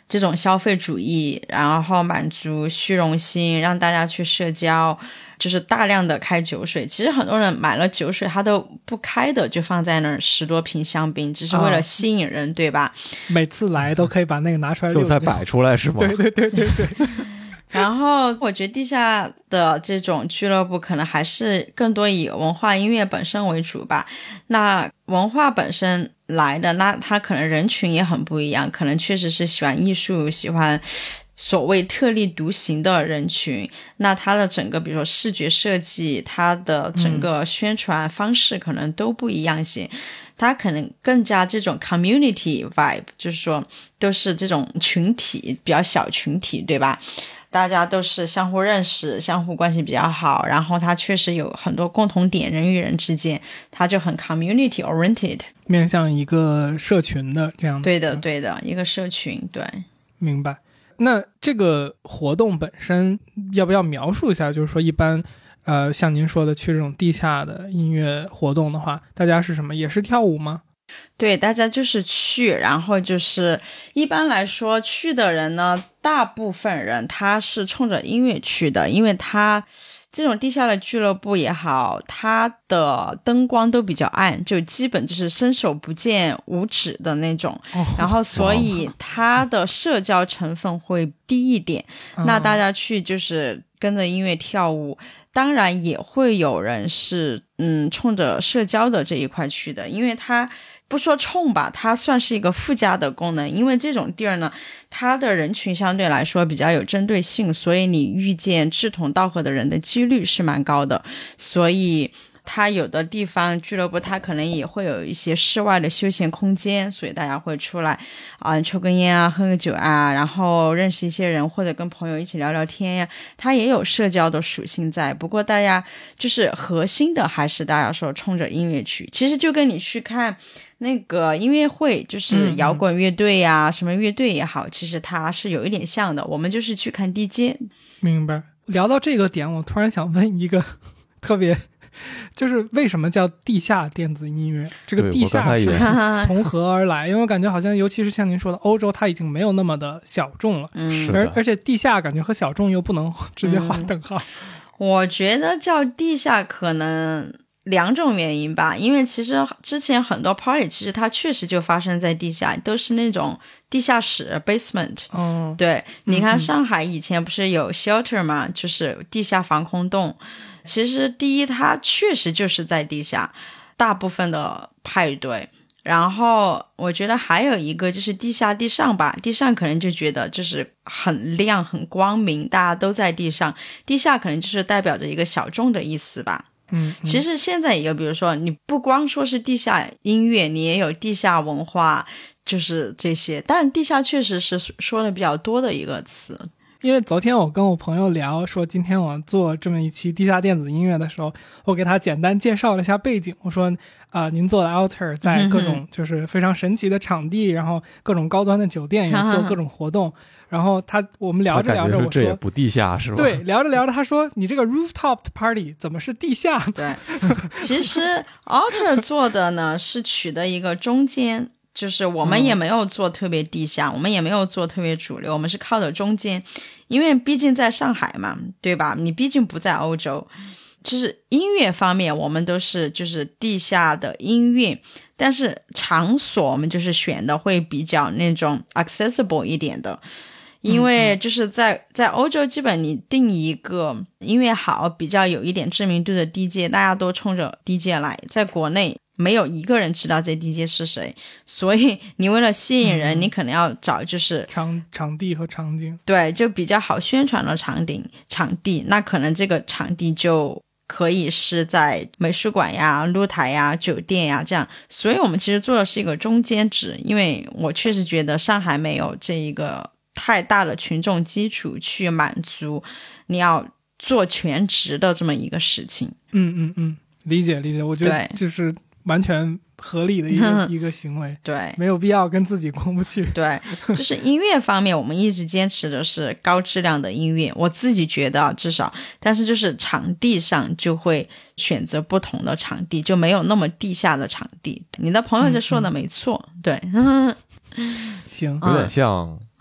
这种消费主义，然后满足虚荣心，让大家去社交，就是大量的开酒水。其实很多人买了酒水他都不开的，就放在那儿十多瓶香槟，只是为了吸引人、哦、对吧？ 每次来都可以把那个拿出来就再摆出来是吗？ 对对对对对然后我觉得地下的这种俱乐部可能还是更多以文化音乐本身为主吧。那文化本身来的，那它可能人群也很不一样，可能确实是喜欢艺术，喜欢所谓特立独行的人群，那它的整个比如说视觉设计，它的整个宣传方式可能都不一样些、嗯、它可能更加这种 community vibe， 就是说都是这种群体，比较小群体对吧，大家都是相互认识，相互关系比较好，然后它确实有很多共同点，人与人之间它就很 community oriented， 面向一个社群的这样的。 对的对的，一个社群。对， 明白。那这个活动本身要不要描述一下，就是说一般呃，像您说的去这种地下的音乐活动的话，大家是什么，也是跳舞吗？ 对，大家就是去，然后就是一般来说去的人呢，大部分人他是冲着音乐去的，因为他这种地下的俱乐部也好，它的灯光都比较暗，就基本就是伸手不见五指的那种、哦、然后所以它的社交成分会低一点、哦、那大家去就是跟着音乐跳舞，当然也会有人是嗯冲着社交的这一块去的，因为它不说冲吧，它算是一个附加的功能，因为这种地儿呢，它的人群相对来说比较有针对性，所以你遇见志同道合的人的几率是蛮高的，所以它有的地方俱乐部它可能也会有一些室外的休闲空间，所以大家会出来啊、呃、抽根烟啊，喝个酒啊，然后认识一些人，或者跟朋友一起聊聊天呀，它也有社交的属性在。不过大家就是核心的还是大家说冲着音乐去，其实就跟你去看那个音乐会，就是摇滚乐队呀、嗯、什么乐队也好，其实它是有一点像的，我们就是去看 D J。 明白。聊到这个点，我突然想问一个特别，就是为什么叫地下电子音乐？这个地下是从何而来？因为我感觉好像尤其是像您说的欧洲，它已经没有那么的小众了， 嗯， 而而且地下感觉和小众又不能直接划等号、嗯、 我觉得叫地下可能两种原因吧，因为其实之前很多 party 其实它确实就发生在地下，都是那种地下室 basement、 哦、 对，你看上海以前不是有 shelter 吗、嗯、就是地下防空洞，其实第一它确实就是在地下大部分的派对，然后我觉得还有一个就是地下地上吧，地上可能就觉得就是很亮很光明，大家都在地上，地下可能就是代表着一个小众的意思吧。 嗯，嗯其实现在一个比如说你不光说是地下音乐，你也有地下文化，就是这些，但地下确实是说的比较多的一个词。 因为昨天我跟我朋友聊说今天我做这么一期地下电子音乐的时候，我给他简单介绍了一下背景，我说啊、呃，您做的 Alter 在各种就是非常神奇的场地、嗯、然后各种高端的酒店也做各种活动，然后他我们聊着聊着我说这也不地下是吧？ 对，聊着聊着他说你这个 rooftop party 怎么是地下？ 对，其实 Alter 做的呢是取得一个中间，就是我们也没有做特别地下、嗯、我们也没有做特别主流，我们是靠的中间，因为毕竟在上海嘛，对吧？你毕竟不在欧洲，就是音乐方面我们都是就是地下的音乐，但是场所我们就是选的会比较那种 accessible 一点的，因为就是在在欧洲基本你定一个音乐好比较有一点知名度的 D J， 大家都冲着 D J 来，在国内没有一个人知道这 D J 是谁，所以你为了吸引人、嗯、你可能要找就是场场地和场景， 对，就比较好宣传的场景场地，那可能这个场地就可以是在美术馆呀、露台呀、酒店呀这样，所以我们其实做的是一个中间值，因为我确实觉得上海没有这一个太大的群众基础去满足你要做全职的这么一个事情。 嗯嗯嗯，理解理解，我觉得就是完全合理的一个一个行为， 对， 没有必要跟自己过不去。 对，就是音乐方面我们一直坚持的是高质量的音乐，我自己觉得至少，但是就是场地上就会选择不同的场地，就没有那么地下的场地。你的朋友就说的没错、嗯嗯、对行， 有点像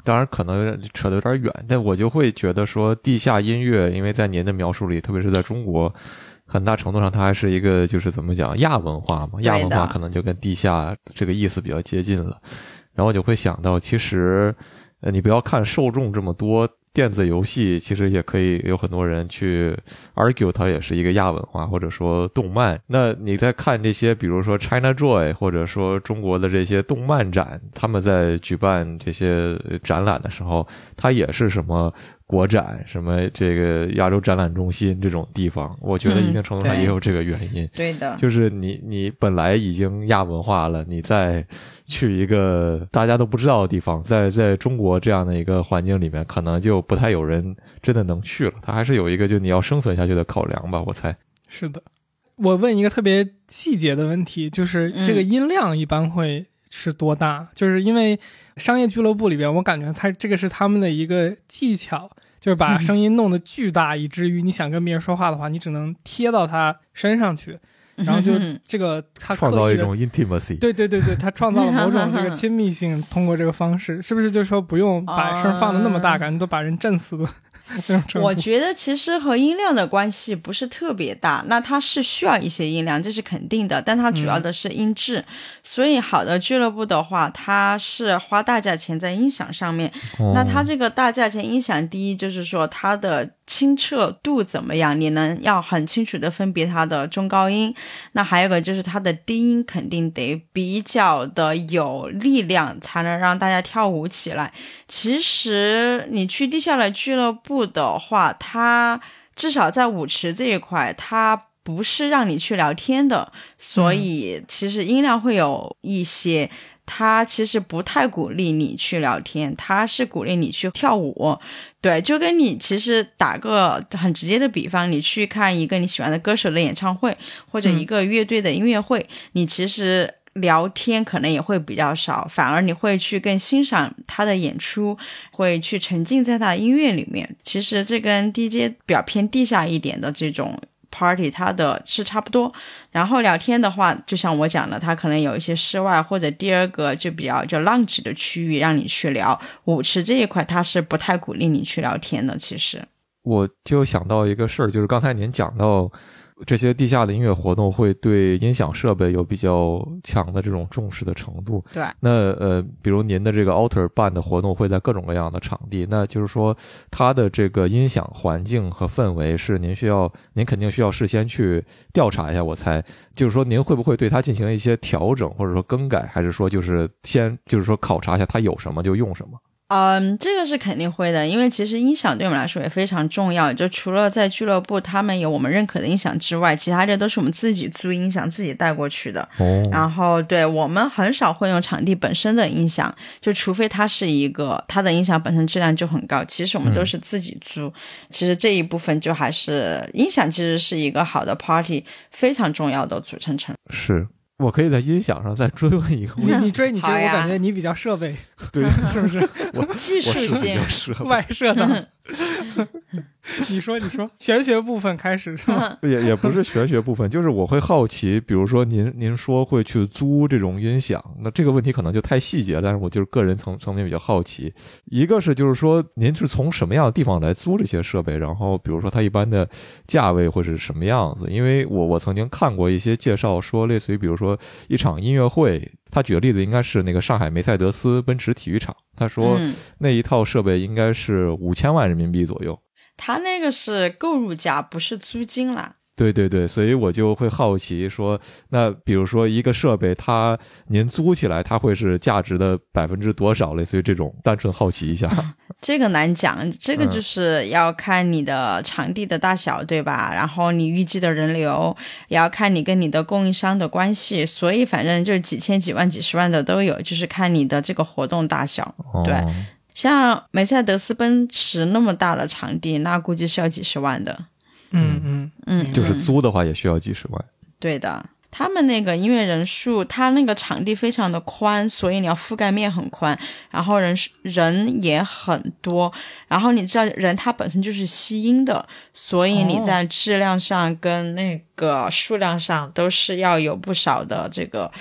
当然可能扯得有点远，但我就会觉得说地下音乐，因为在您的描述里，特别是在中国，很大程度上它还是一个就是怎么讲亚文化嘛，亚文化可能就跟地下这个意思比较接近了。然后我就会想到，其实呃，你不要看受众这么多，电子游戏其实也可以有很多人去 argue 它也是一个亚文化，或者说动漫。那你在看这些比如说 China Joy 或者说中国的这些动漫展，他们在举办这些展览的时候，它也是什么国展，什么这个亚洲展览中心这种地方，我觉得一定程度上也有这个原因。 嗯、对, 对的， 就是你你本来已经亚文化了，你再去一个大家都不知道的地方，在在中国这样的一个环境里面，可能就不太有人真的能去了。它还是有一个就你要生存下去的考量吧，我猜。 是的。我问一个特别细节的问题，就是这个音量一般会是多大？嗯、就是因为商业俱乐部里边，我感觉它这个是他们的一个技巧，就是把声音弄得巨大，以至于你想跟别人说话的话，你只能贴到他身上去。然后就这个他创造一种 intimacy， 对对对对，他创造了某种这个亲密性，通过这个方式，是不是就是说不用把声放得那么大，感觉都把人震死了？ 我觉得其实和音量的关系不是特别大，那它是需要一些音量，这是肯定的，但它主要的是音质、嗯、所以好的俱乐部的话，它是花大价钱在音响上面、哦、那它这个大价钱音响，第一就是说它的清澈度怎么样，你能要很清楚的分别它的中高音，那还有一个就是它的低音肯定得比较的有力量，才能让大家跳舞起来。其实你去地下的俱乐部的话，它至少在舞池这一块，它不是让你去聊天的，所以其实音量会有一些，他其实不太鼓励你去聊天，他是鼓励你去跳舞。对，就跟你其实打个很直接的比方，你去看一个你喜欢的歌手的演唱会，或者一个乐队的音乐会、嗯、你其实聊天可能也会比较少，反而你会去更欣赏他的演出，会去沉浸在他的音乐里面。其实这跟 D J 比较偏地下一点的这种party 它的是差不多。然后聊天的话，就像我讲的，它可能有一些室外或者第二个就比较就 lounge 的区域让你去聊，舞池这一块它是不太鼓励你去聊天的。其实我就想到一个事儿，就是刚才您讲到这些地下的音乐活动会对音响设备有比较强的这种重视的程度。 对， 那呃，比如您的这个 Alter 办的活动会在各种各样的场地，那就是说它的这个音响环境和氛围是您需要，您肯定需要事先去调查一下，我猜，就是说您会不会对它进行一些调整或者说更改，还是说就是先就是说考察一下它有什么就用什么？ 嗯，这个是肯定会的，因为其实音响对我们来说也非常重要，就除了在俱乐部他们有我们认可的音响之外，其他这都是我们自己租音响自己带过去的、哦、然后对，我们很少会用场地本身的音响，就除非它是一个它的音响本身质量就很高，其实我们都是自己租、嗯、其实这一部分就还是音响其实是一个好的 party 非常重要的组成成分。 是，我可以在音响上再追问一个问题。 你追你追，我感觉你比较设备， 对， 是不是？ 我技术性外设的。你说你说玄学部分开始是吧？ 也也不是玄学部分，就是我会好奇，比如说您您说会去租这种音响，那这个问题可能就太细节，但是我就是个人层层面比较好奇。一个是就是说您是从什么样的地方来租这些设备，然后比如说它一般的价位会是什么样子？因为我我曾经看过一些介绍说，类似于比如说一场音乐会，他举的例子应该是那个上海梅赛德斯奔驰体育场，他说那一套设备应该是五千万人民币左右。 他那个是购入价，不是租金啦。 对对对，所以我就会好奇说，那比如说一个设备它您租起来它会是价值的百分之多少，类似于这种，单纯好奇一下。 这个难讲，这个就是要看你的场地的大小、嗯、对吧，然后你预计的人流，也要看你跟你的供应商的关系，所以反正就是几千几万几十万的都有，就是看你的这个活动大小、哦、对，像梅赛德斯奔驰那么大的场地，那估计是要几十万的。 嗯嗯嗯， 就是租的话也需要几十万。 对的，他们那个音乐人数，他那个场地非常的宽，所以你要覆盖面很宽，然后人人也很多，然后你知道人他本身就是吸音的，所以你在质量上跟那个数量上都是要有不少的这个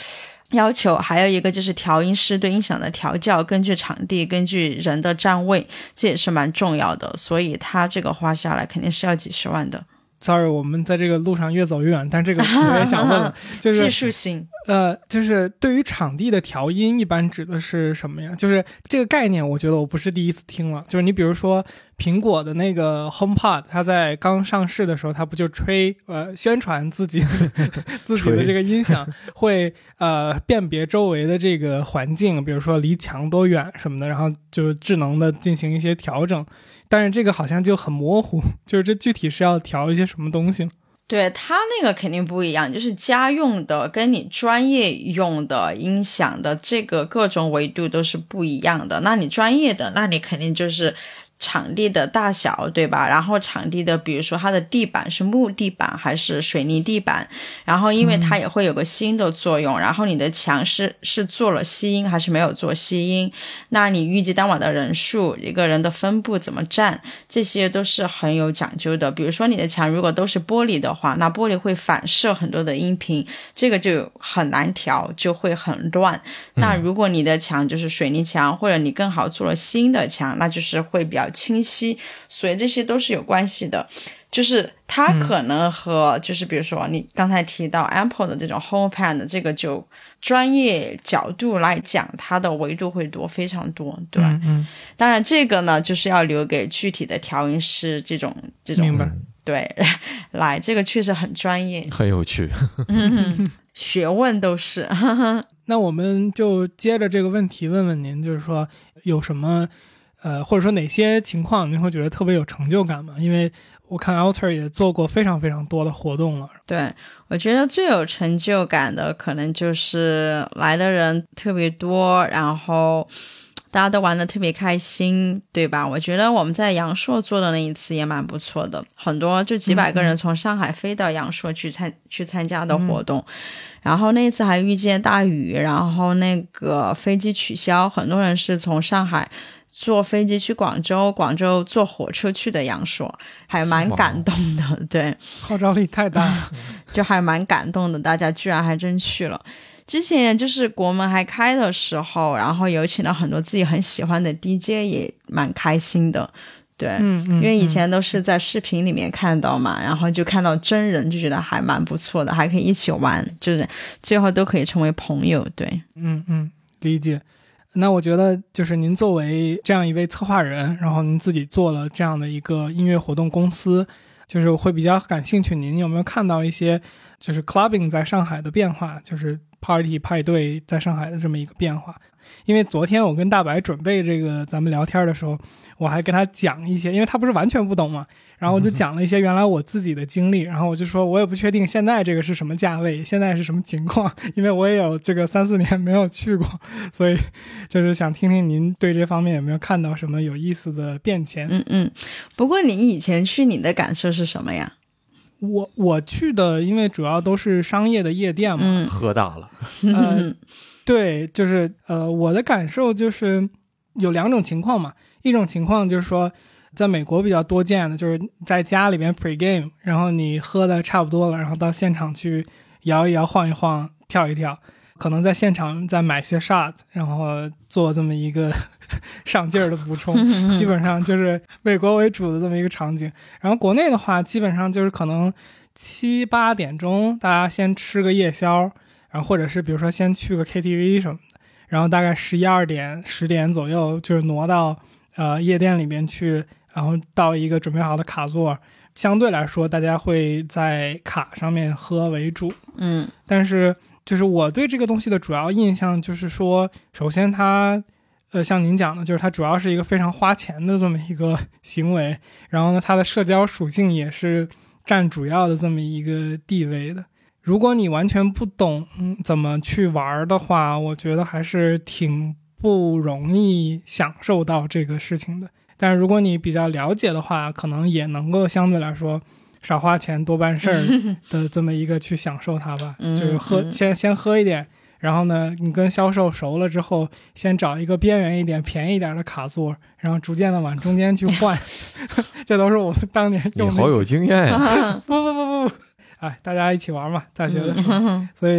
要求，还有一个就是调音师对音响的调教，根据场地根据人的站位，这也是蛮重要的，所以他这个花下来肯定是要几十万的。 Sorry， 我们在这个路上越走越远，但这个我也想问了，就是技术性， 呃，就是对于场地的调音，一般指的是什么呀？就是这个概念，我觉得我不是第一次听了。就是你比如说苹果的那个 HomePod， 它在刚上市的时候，它不就吹呃宣传自己自己的这个音响会呃辨别周围的这个环境，比如说离墙多远什么的，然后就智能的进行一些调整。但是这个好像就很模糊，就是这具体是要调一些什么东西？ 对，它那个肯定不一样，就是家用的跟你专业用的音响的这个各种维度都是不一样的。那你专业的，那你肯定就是场地的大小，对吧？然后场地的比如说它的地板是木地板还是水泥地板，然后因为它也会有个吸音的作用、嗯、然后你的墙是是做了吸音还是没有做吸音，那你预计当晚的人数，一个人的分布怎么站，这些都是很有讲究的。比如说你的墙如果都是玻璃的话，那玻璃会反射很多的音频，这个就很难调，就会很乱、嗯、那如果你的墙就是水泥墙，或者你更好做了吸音的墙，那就是会比较清晰，所以这些都是有关系的。就是它可能和就是比如说你刚才提到 Apple 的这种 HomePod， 这个就专业角度来讲，它的维度会多非常多，对吧？ 嗯嗯， 当然这个呢就是要留给具体的调音师这种这种明白， 对，来这个确实很专业， 很有趣嗯，学问都是那我们就接着这个问题问问您，就是说有什么呃，或者说哪些情况您会觉得特别有成就感吗？因为我看 Alter 也做过非常非常多的活动了。 对，我觉得最有成就感的可能就是来的人特别多，然后大家都玩得特别开心，对吧？我觉得我们在阳朔做的那一次也蛮不错的，很多就几百个人从上海飞到阳朔去参、嗯、去参加的活动、嗯、然后那一次还遇见大雨，然后那个飞机取消，很多人是从上海坐飞机去广州，广州坐火车去的阳朔，还蛮感动的。对， 号召力太大了就还蛮感动的，大家居然还真去了。之前就是国门还开的时候，然后有请了很多自己很喜欢的 D J， 也蛮开心的。对、 嗯嗯、 因为以前都是在视频里面看到嘛、嗯、然后就看到真人就觉得还蛮不错的，还可以一起玩，就是最后都可以成为朋友。对， 嗯嗯，理解。那我觉得就是您作为这样一位策划人，然后您自己做了这样的一个音乐活动公司，就是会比较感兴趣您有没有看到一些就是 clubbing 在上海的变化，就是 party 派对在上海的这么一个变化。因为昨天我跟大白准备这个咱们聊天的时候，我还跟他讲一些，因为他不是完全不懂嘛，然后我就讲了一些原来我自己的经历，然后我就说我也不确定现在这个是什么价位，现在是什么情况，因为我也有这个三四年没有去过，所以就是想听听您对这方面有没有看到什么有意思的变迁。 嗯嗯，不过你以前去你的感受是什么呀？ 我我去的因为主要都是商业的夜店嘛， 嗯， 喝大了呃对，就是呃，我的感受就是有两种情况嘛，一种情况就是说在美国比较多见的，就是在家里边 pre-game， 然后你喝的差不多了，然后到现场去摇一摇晃一晃跳一跳，可能在现场再买些 shot， 然后做这么一个上劲儿的补充基本上就是美国为主的这么一个场景。然后国内的话基本上就是可能七八点钟大家先吃个夜宵，然后或者是比如说先去个 K T V 什么的，然后大概十一二点十点左右就是挪到呃夜店里面去，然后到一个准备好的卡座，相对来说大家会在卡上面喝为主。 嗯， 但是就是我对这个东西的主要印象就是说，首先它呃像您讲的，就是它主要是一个非常花钱的这么一个行为，然后呢它的社交属性也是占主要的这么一个地位的。如果你完全不懂、嗯、怎么去玩的话，我觉得还是挺不容易享受到这个事情的。但是如果你比较了解的话，可能也能够相对来说少花钱多办事儿的这么一个去享受它吧。就是喝先先喝一点，然后呢你跟销售熟了之后，先找一个边缘一点便宜一点的卡座，然后逐渐的往中间去换这都是我们当年用的。 你好有经验呀不不不不不哎，大家一起玩嘛，大学的时候所以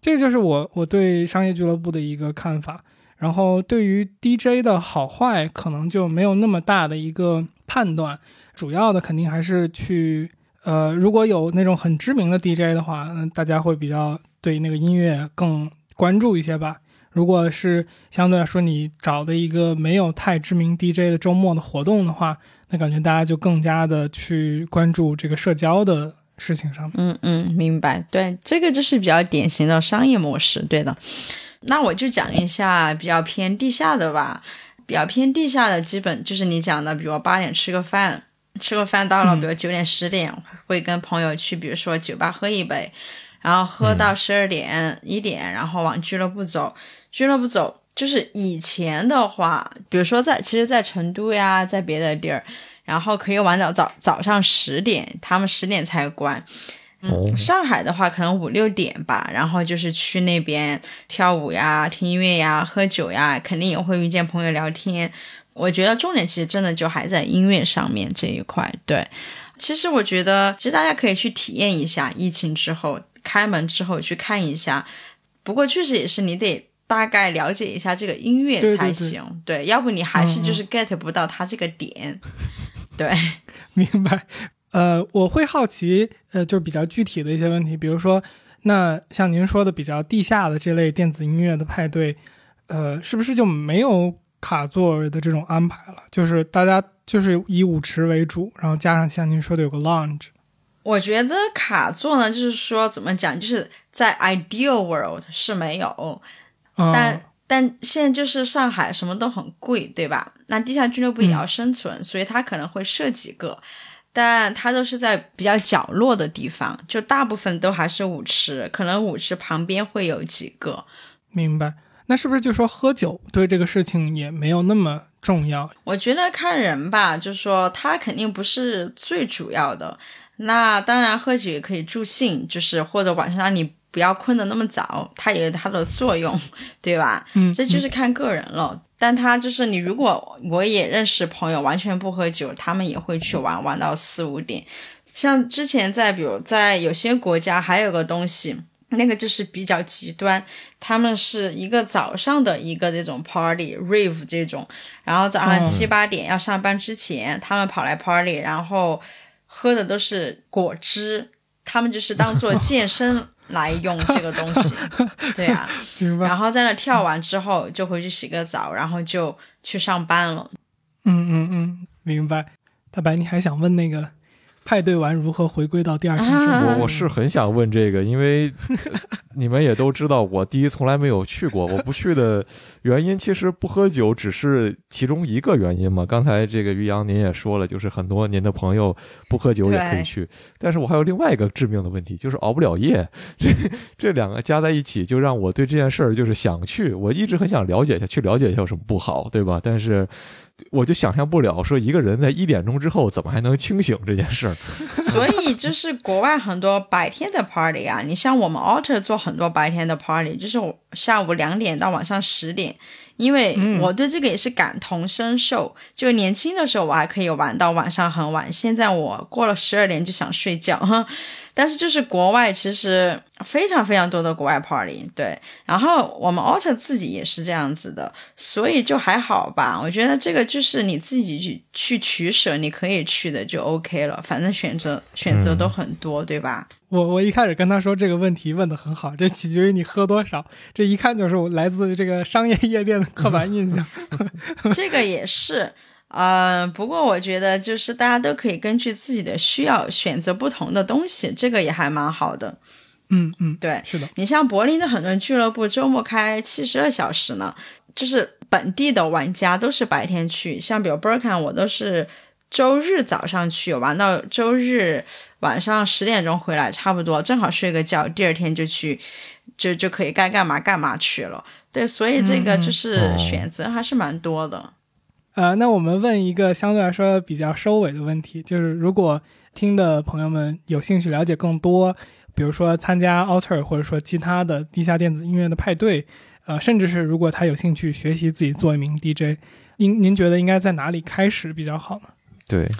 这就是我我对商业俱乐部的一个看法。然后对于 D J 的好坏可能就没有那么大的一个判断，主要的肯定还是去呃，如果有那种很知名的 D J 的话，那大家会比较对那个音乐更关注一些吧。如果是相对来说你找的一个没有太知名 D J 的周末的活动的话，那感觉大家就更加的去关注这个社交的事情上面。 嗯嗯，明白。对，这个就是比较典型的商业模式。对的。那我就讲一下比较偏地下的吧。比较偏地下的基本就是你讲的，比如八点吃个饭，吃个饭到了，比如九点十点、嗯、会跟朋友去，比如说酒吧喝一杯，然后喝到十二点一、嗯、点，然后往俱乐部走。俱乐部走就是以前的话，比如说在其实在成都呀，在别的地儿，然后可以玩到早早上十点，他们十点才关。嗯，上海的话可能五六点吧，然后就是去那边跳舞呀、听音乐呀、喝酒呀，肯定也会遇见朋友聊天。我觉得重点其实真的就还在音乐上面这一块。对，其实我觉得其实大家可以去体验一下，疫情之后开门之后去看一下。不过确实也是你得大概了解一下这个音乐才行。对， 对， 对，要不你还是就是 get 不到它这个点。嗯、对， 明白。呃，我会好奇，呃，就是比较具体的一些问题，比如说，那像您说的比较地下的这类电子音乐的派对，呃，是不是就没有卡座的这种安排了？就是大家就是以舞池为主，然后加上像您说的有个 lounge。 我觉得卡座呢，就是说怎么讲，就是在 ideal world 是没有， 嗯、 但但现在就是上海什么都很贵，对吧？那地下俱乐部也要生存，嗯、所以它可能会设几个。但它都是在比较角落的地方，就大部分都还是舞池，可能舞池旁边会有几个。 明白。那是不是就说喝酒对这个事情也没有那么重要？ 我觉得看人吧，就说它肯定不是最主要的。那当然喝酒也可以助兴，就是或者晚上让你不要困得那么早，它也有它的作用，对吧？ 嗯， 这就是看个人了。嗯，但他就是你，如果我也认识朋友完全不喝酒，他们也会去玩玩到四五点。像之前在比如在有些国家还有个东西，那个就是比较极端，他们是一个早上的一个这种 party rave 这种，然后早上七八点要上班之前、嗯、他们跑来 party， 然后喝的都是果汁，他们就是当做健身来用这个东西。对啊，然后在那跳完之后就回去洗个澡，然后就去上班了。 嗯嗯嗯，明白。大白，你还想问那个派对完如何回归到第二天生活？ 我我是很想问这个，因为你们也都知道我第一从来没有去过，我不去的原因其实不喝酒只是其中一个原因嘛。刚才这个于洋您也说了，就是很多您的朋友不喝酒也可以去，但是我还有另外一个致命的问题，就是熬不了夜。这这两个加在一起就让我对这件事儿就是想去，我一直很想了解一下，去了解一下有什么不好，对吧？但是我就想象不了说一个人在一点钟之后怎么还能清醒这件事儿。 所以就是国外很多白天的 party 啊，你像我们 Alter 做很多白天的 party， 就是下午两点到晚上十点，因为我对这个也是感同身受、嗯、就年轻的时候我还可以玩到晚上很晚，现在我过了十二点就想睡觉。但是就是国外其实非常非常多的国外 party， 对，然后我们 Alter 自己也是这样子的，所以就还好吧。我觉得这个就是你自己去去取舍，你可以去的就 OK 了，反正选择选择都很多、嗯、对吧？ 我我一开始跟他说这个问题问得很好，这取决于你喝多少，这一看就是我来自这个商业夜店的刻板印象。 这个也是呃，不过我觉得就是大家都可以根据自己的需要选择不同的东西，这个也还蛮好的。 嗯嗯， 对， 是的。 你像柏林的很多俱乐部周末开七十二小时呢，就是本地的玩家都是白天去，像比如 Berkan 我都是周日早上去，玩到周日晚上十点钟回来，差不多正好睡个觉，第二天就去就就可以该干嘛干嘛去了。对，所以这个就是选择还是蛮多的。 嗯嗯呃，那我们问一个相对来说比较收尾的问题，就是如果听的朋友们有兴趣了解更多，比如说参加 Alter 或者说其他的地下电子音乐的派对，呃，甚至是如果他有兴趣学习自己做一名 D J， 您您觉得应该在哪里开始比较好呢？ 对，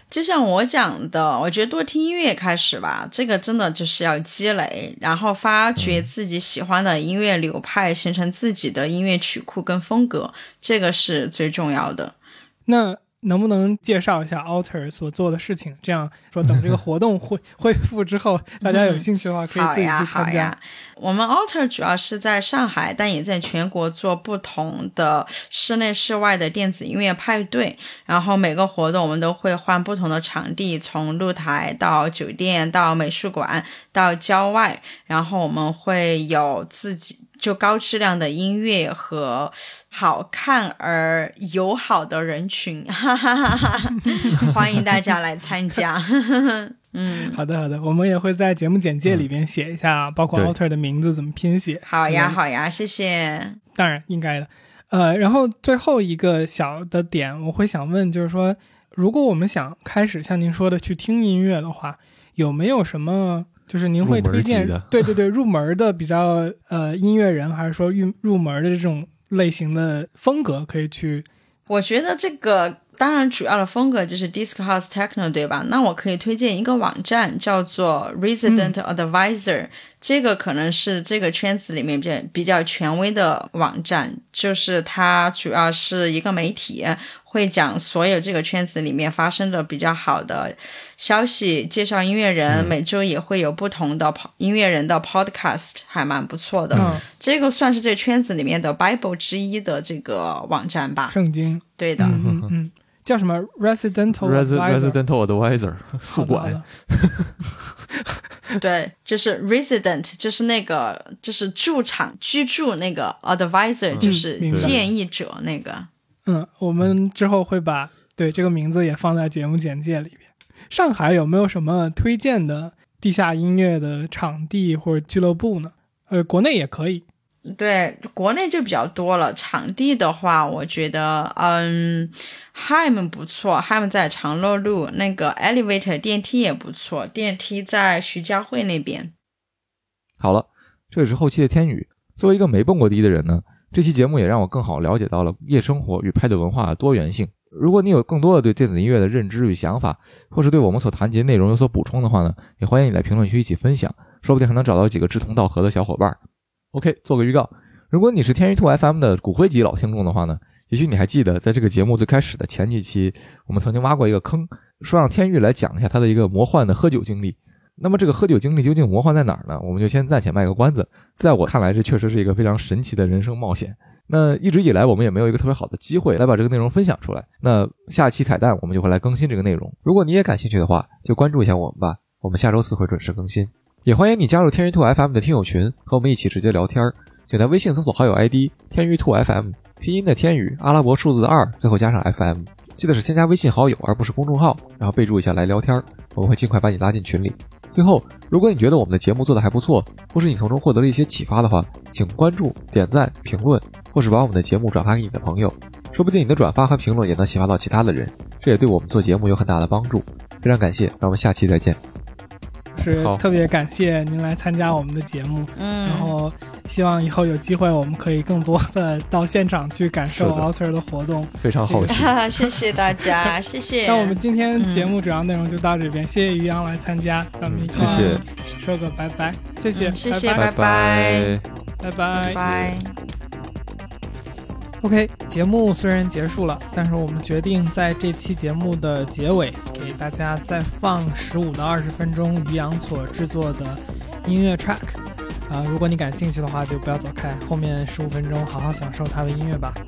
就像我讲的，我觉得多听音乐开始吧，这个真的就是要积累，然后发掘自己喜欢的音乐流派，形成自己的音乐曲库跟风格，这个是最重要的。 那能不能介绍一下 Alter 所做的事情？这样说，等这个活动恢恢复之后，大家有兴趣的话，可以自己去参加。 嗯、好呀，好呀。我们 Alter 主要是在上海，但也在全国做不同的室内室外的电子音乐派对。然后每个活动我们都会换不同的场地，从露台到酒店，到美术馆，到郊外。然后我们会有自己就高质量的音乐和好看而友好的人群，哈哈哈哈，欢迎大家来参加。嗯， 好的好的，我们也会在节目简介里边写一下、嗯、包括 Alter 的名字怎么拼写。 好呀好呀，谢谢。 当然应该的。呃，然后最后一个小的点我会想问，就是说如果我们想开始像您说的去听音乐的话，有没有什么就是您会推荐对对对入门的比较呃音乐人，还是说入入门的这种类型的风格可以去？ 我觉得这个当然主要的风格就是 Disco House Techno 对吧？那我可以推荐一个网站叫做 Resident Advisor、嗯、这个可能是这个圈子里面比较比较权威的网站，就是它主要是一个媒体，会讲所有这个圈子里面发生的比较好的消息，介绍音乐人、嗯、每周也会有不同的音乐人的 podcast， 还蛮不错的、嗯、这个算是这圈子里面的 Bible 之一的这个网站吧， 圣经。 对的。 嗯嗯嗯，叫什么 Residential Advisor Residential Advisor 宿管。 对，就是 resident 就是那个就是驻场居住那个 advisor、嗯、就是建议者那个。 嗯，我们之后会把对这个名字也放在节目简介里边。上海有没有什么推荐的地下音乐的场地或者俱乐部呢？呃，国内也可以。 对，国内就比较多了。场地的话，我觉得，嗯 ，Heim 不错 ，Heim 在长乐路，那个 Elevator 电梯也不错，电梯在徐家汇那边。 好了，这是后期的天宇。作为一个没蹦过迪的人呢，这期节目也让我更好了解到了夜生活与派对文化的多元性。如果你有更多的对电子音乐的认知与想法，或是对我们所谈及的内容有所补充的话呢，也欢迎你来评论区一起分享，说不定还能找到几个志同道合的小伙伴。OK， 做个预告，如果你是天娱兔 F M 的骨灰级老听众的话呢，也许你还记得在这个节目最开始的前几期，我们曾经挖过一个坑，说让天娱来讲一下他的一个魔幻的喝酒经历。那么这个喝酒经历究竟魔幻在哪儿呢？我们就先暂且卖个关子。在我看来，这确实是一个非常神奇的人生冒险。那一直以来我们也没有一个特别好的机会来把这个内容分享出来，那下期彩蛋我们就会来更新这个内容。如果你也感兴趣的话，就关注一下我们吧，我们下周四会准时更新。也欢迎你加入天娱兔 F M 的听友群，和我们一起直接聊天。请在微信搜索好友 I D 天娱兔 F M， 拼音的天娱，阿拉伯数字的二，最后加上 F M。 记得是添加微信好友而不是公众号，然后备注一下来聊天，我们会尽快把你拉进群里。最后，如果你觉得我们的节目做得还不错，或是你从中获得了一些启发的话，请关注、点赞、评论，或是把我们的节目转发给你的朋友，说不定你的转发和评论也能启发到其他的人，这也对我们做节目有很大的帮助。非常感谢，让我们下期再见。 是特别感谢您来参加我们的节目，嗯，然后希望以后有机会我们可以更多的到现场去感受 Alter 的活动， 非常好奇。 谢谢大家，谢谢。 那我们今天节目主要内容就到这边，嗯、谢谢于洋来参加，咱们一块儿说个拜拜，谢谢， 嗯、谢谢， 拜拜， 拜拜， 拜拜。 OK， 节目虽然结束了，但是我们决定在这期节目的结尾给大家再放十五到二十分钟于洋所制作的音乐 track。啊、呃，如果你感兴趣的话，就不要走开，后面十五分钟好好享受他的音乐吧。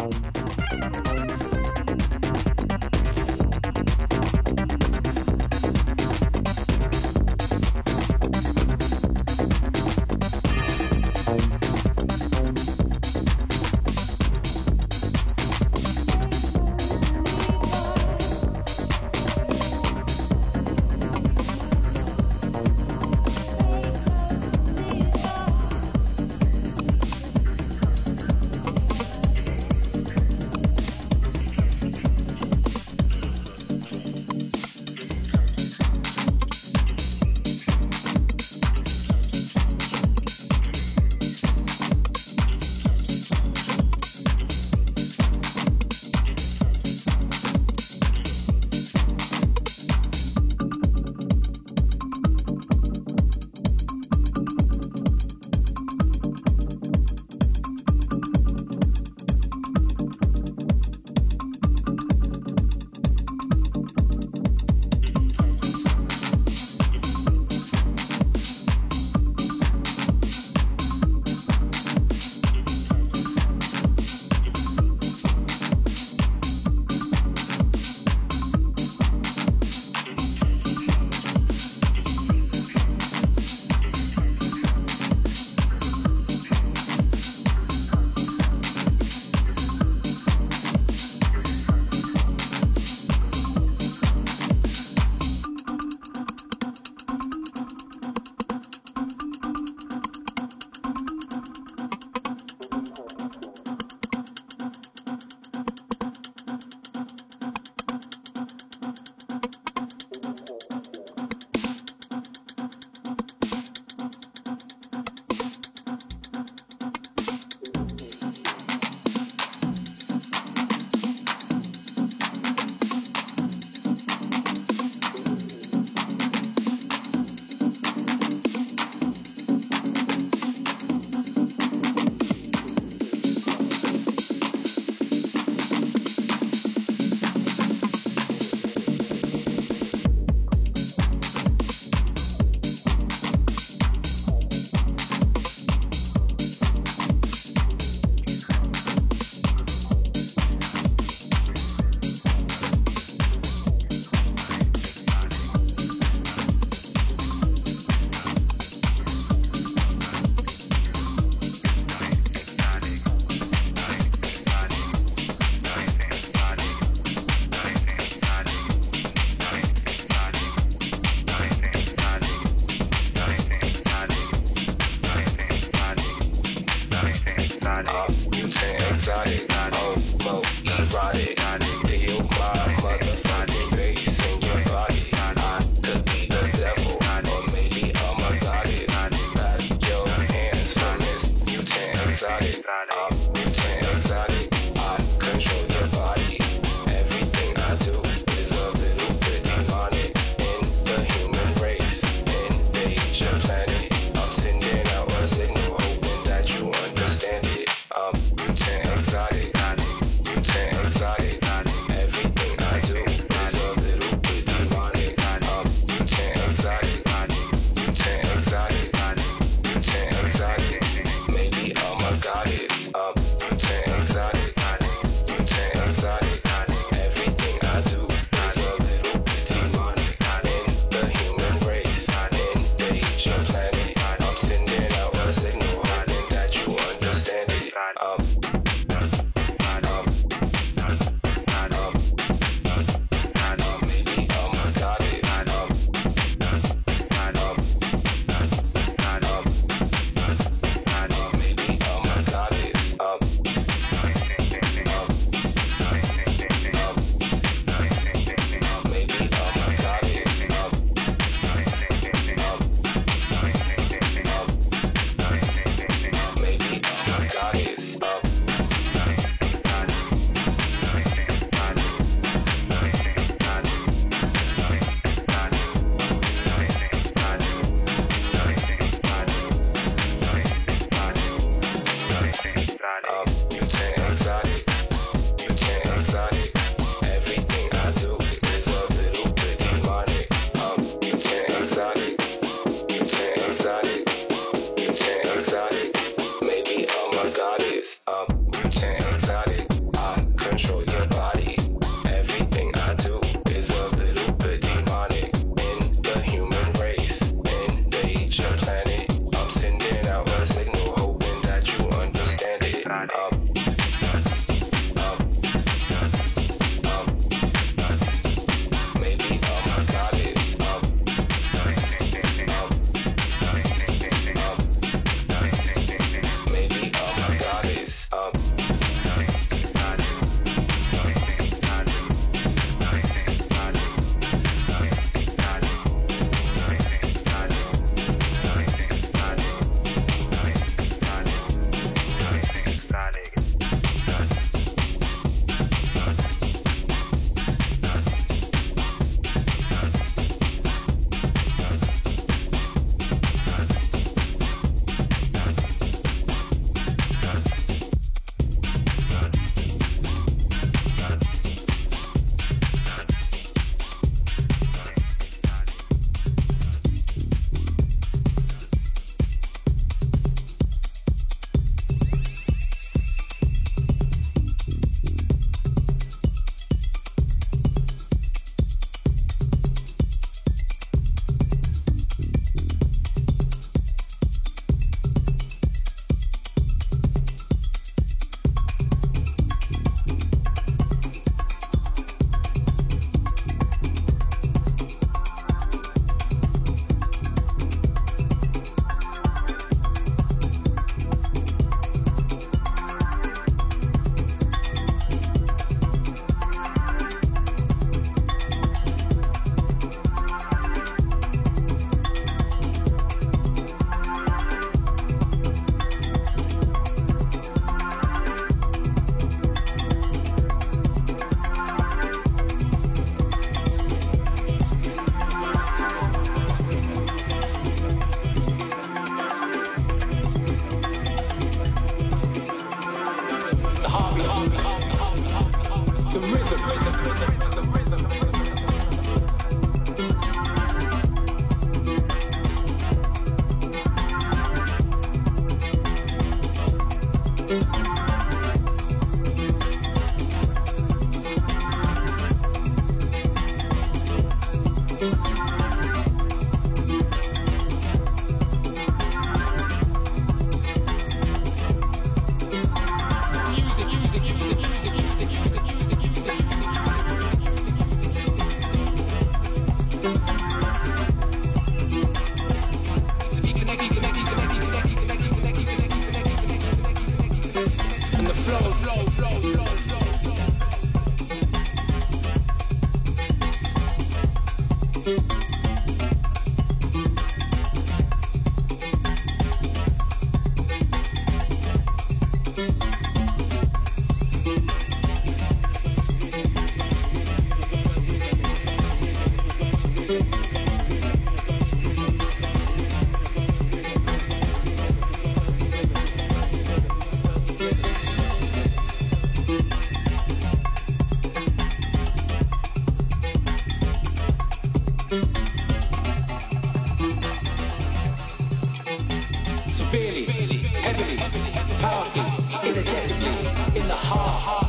the hard, hard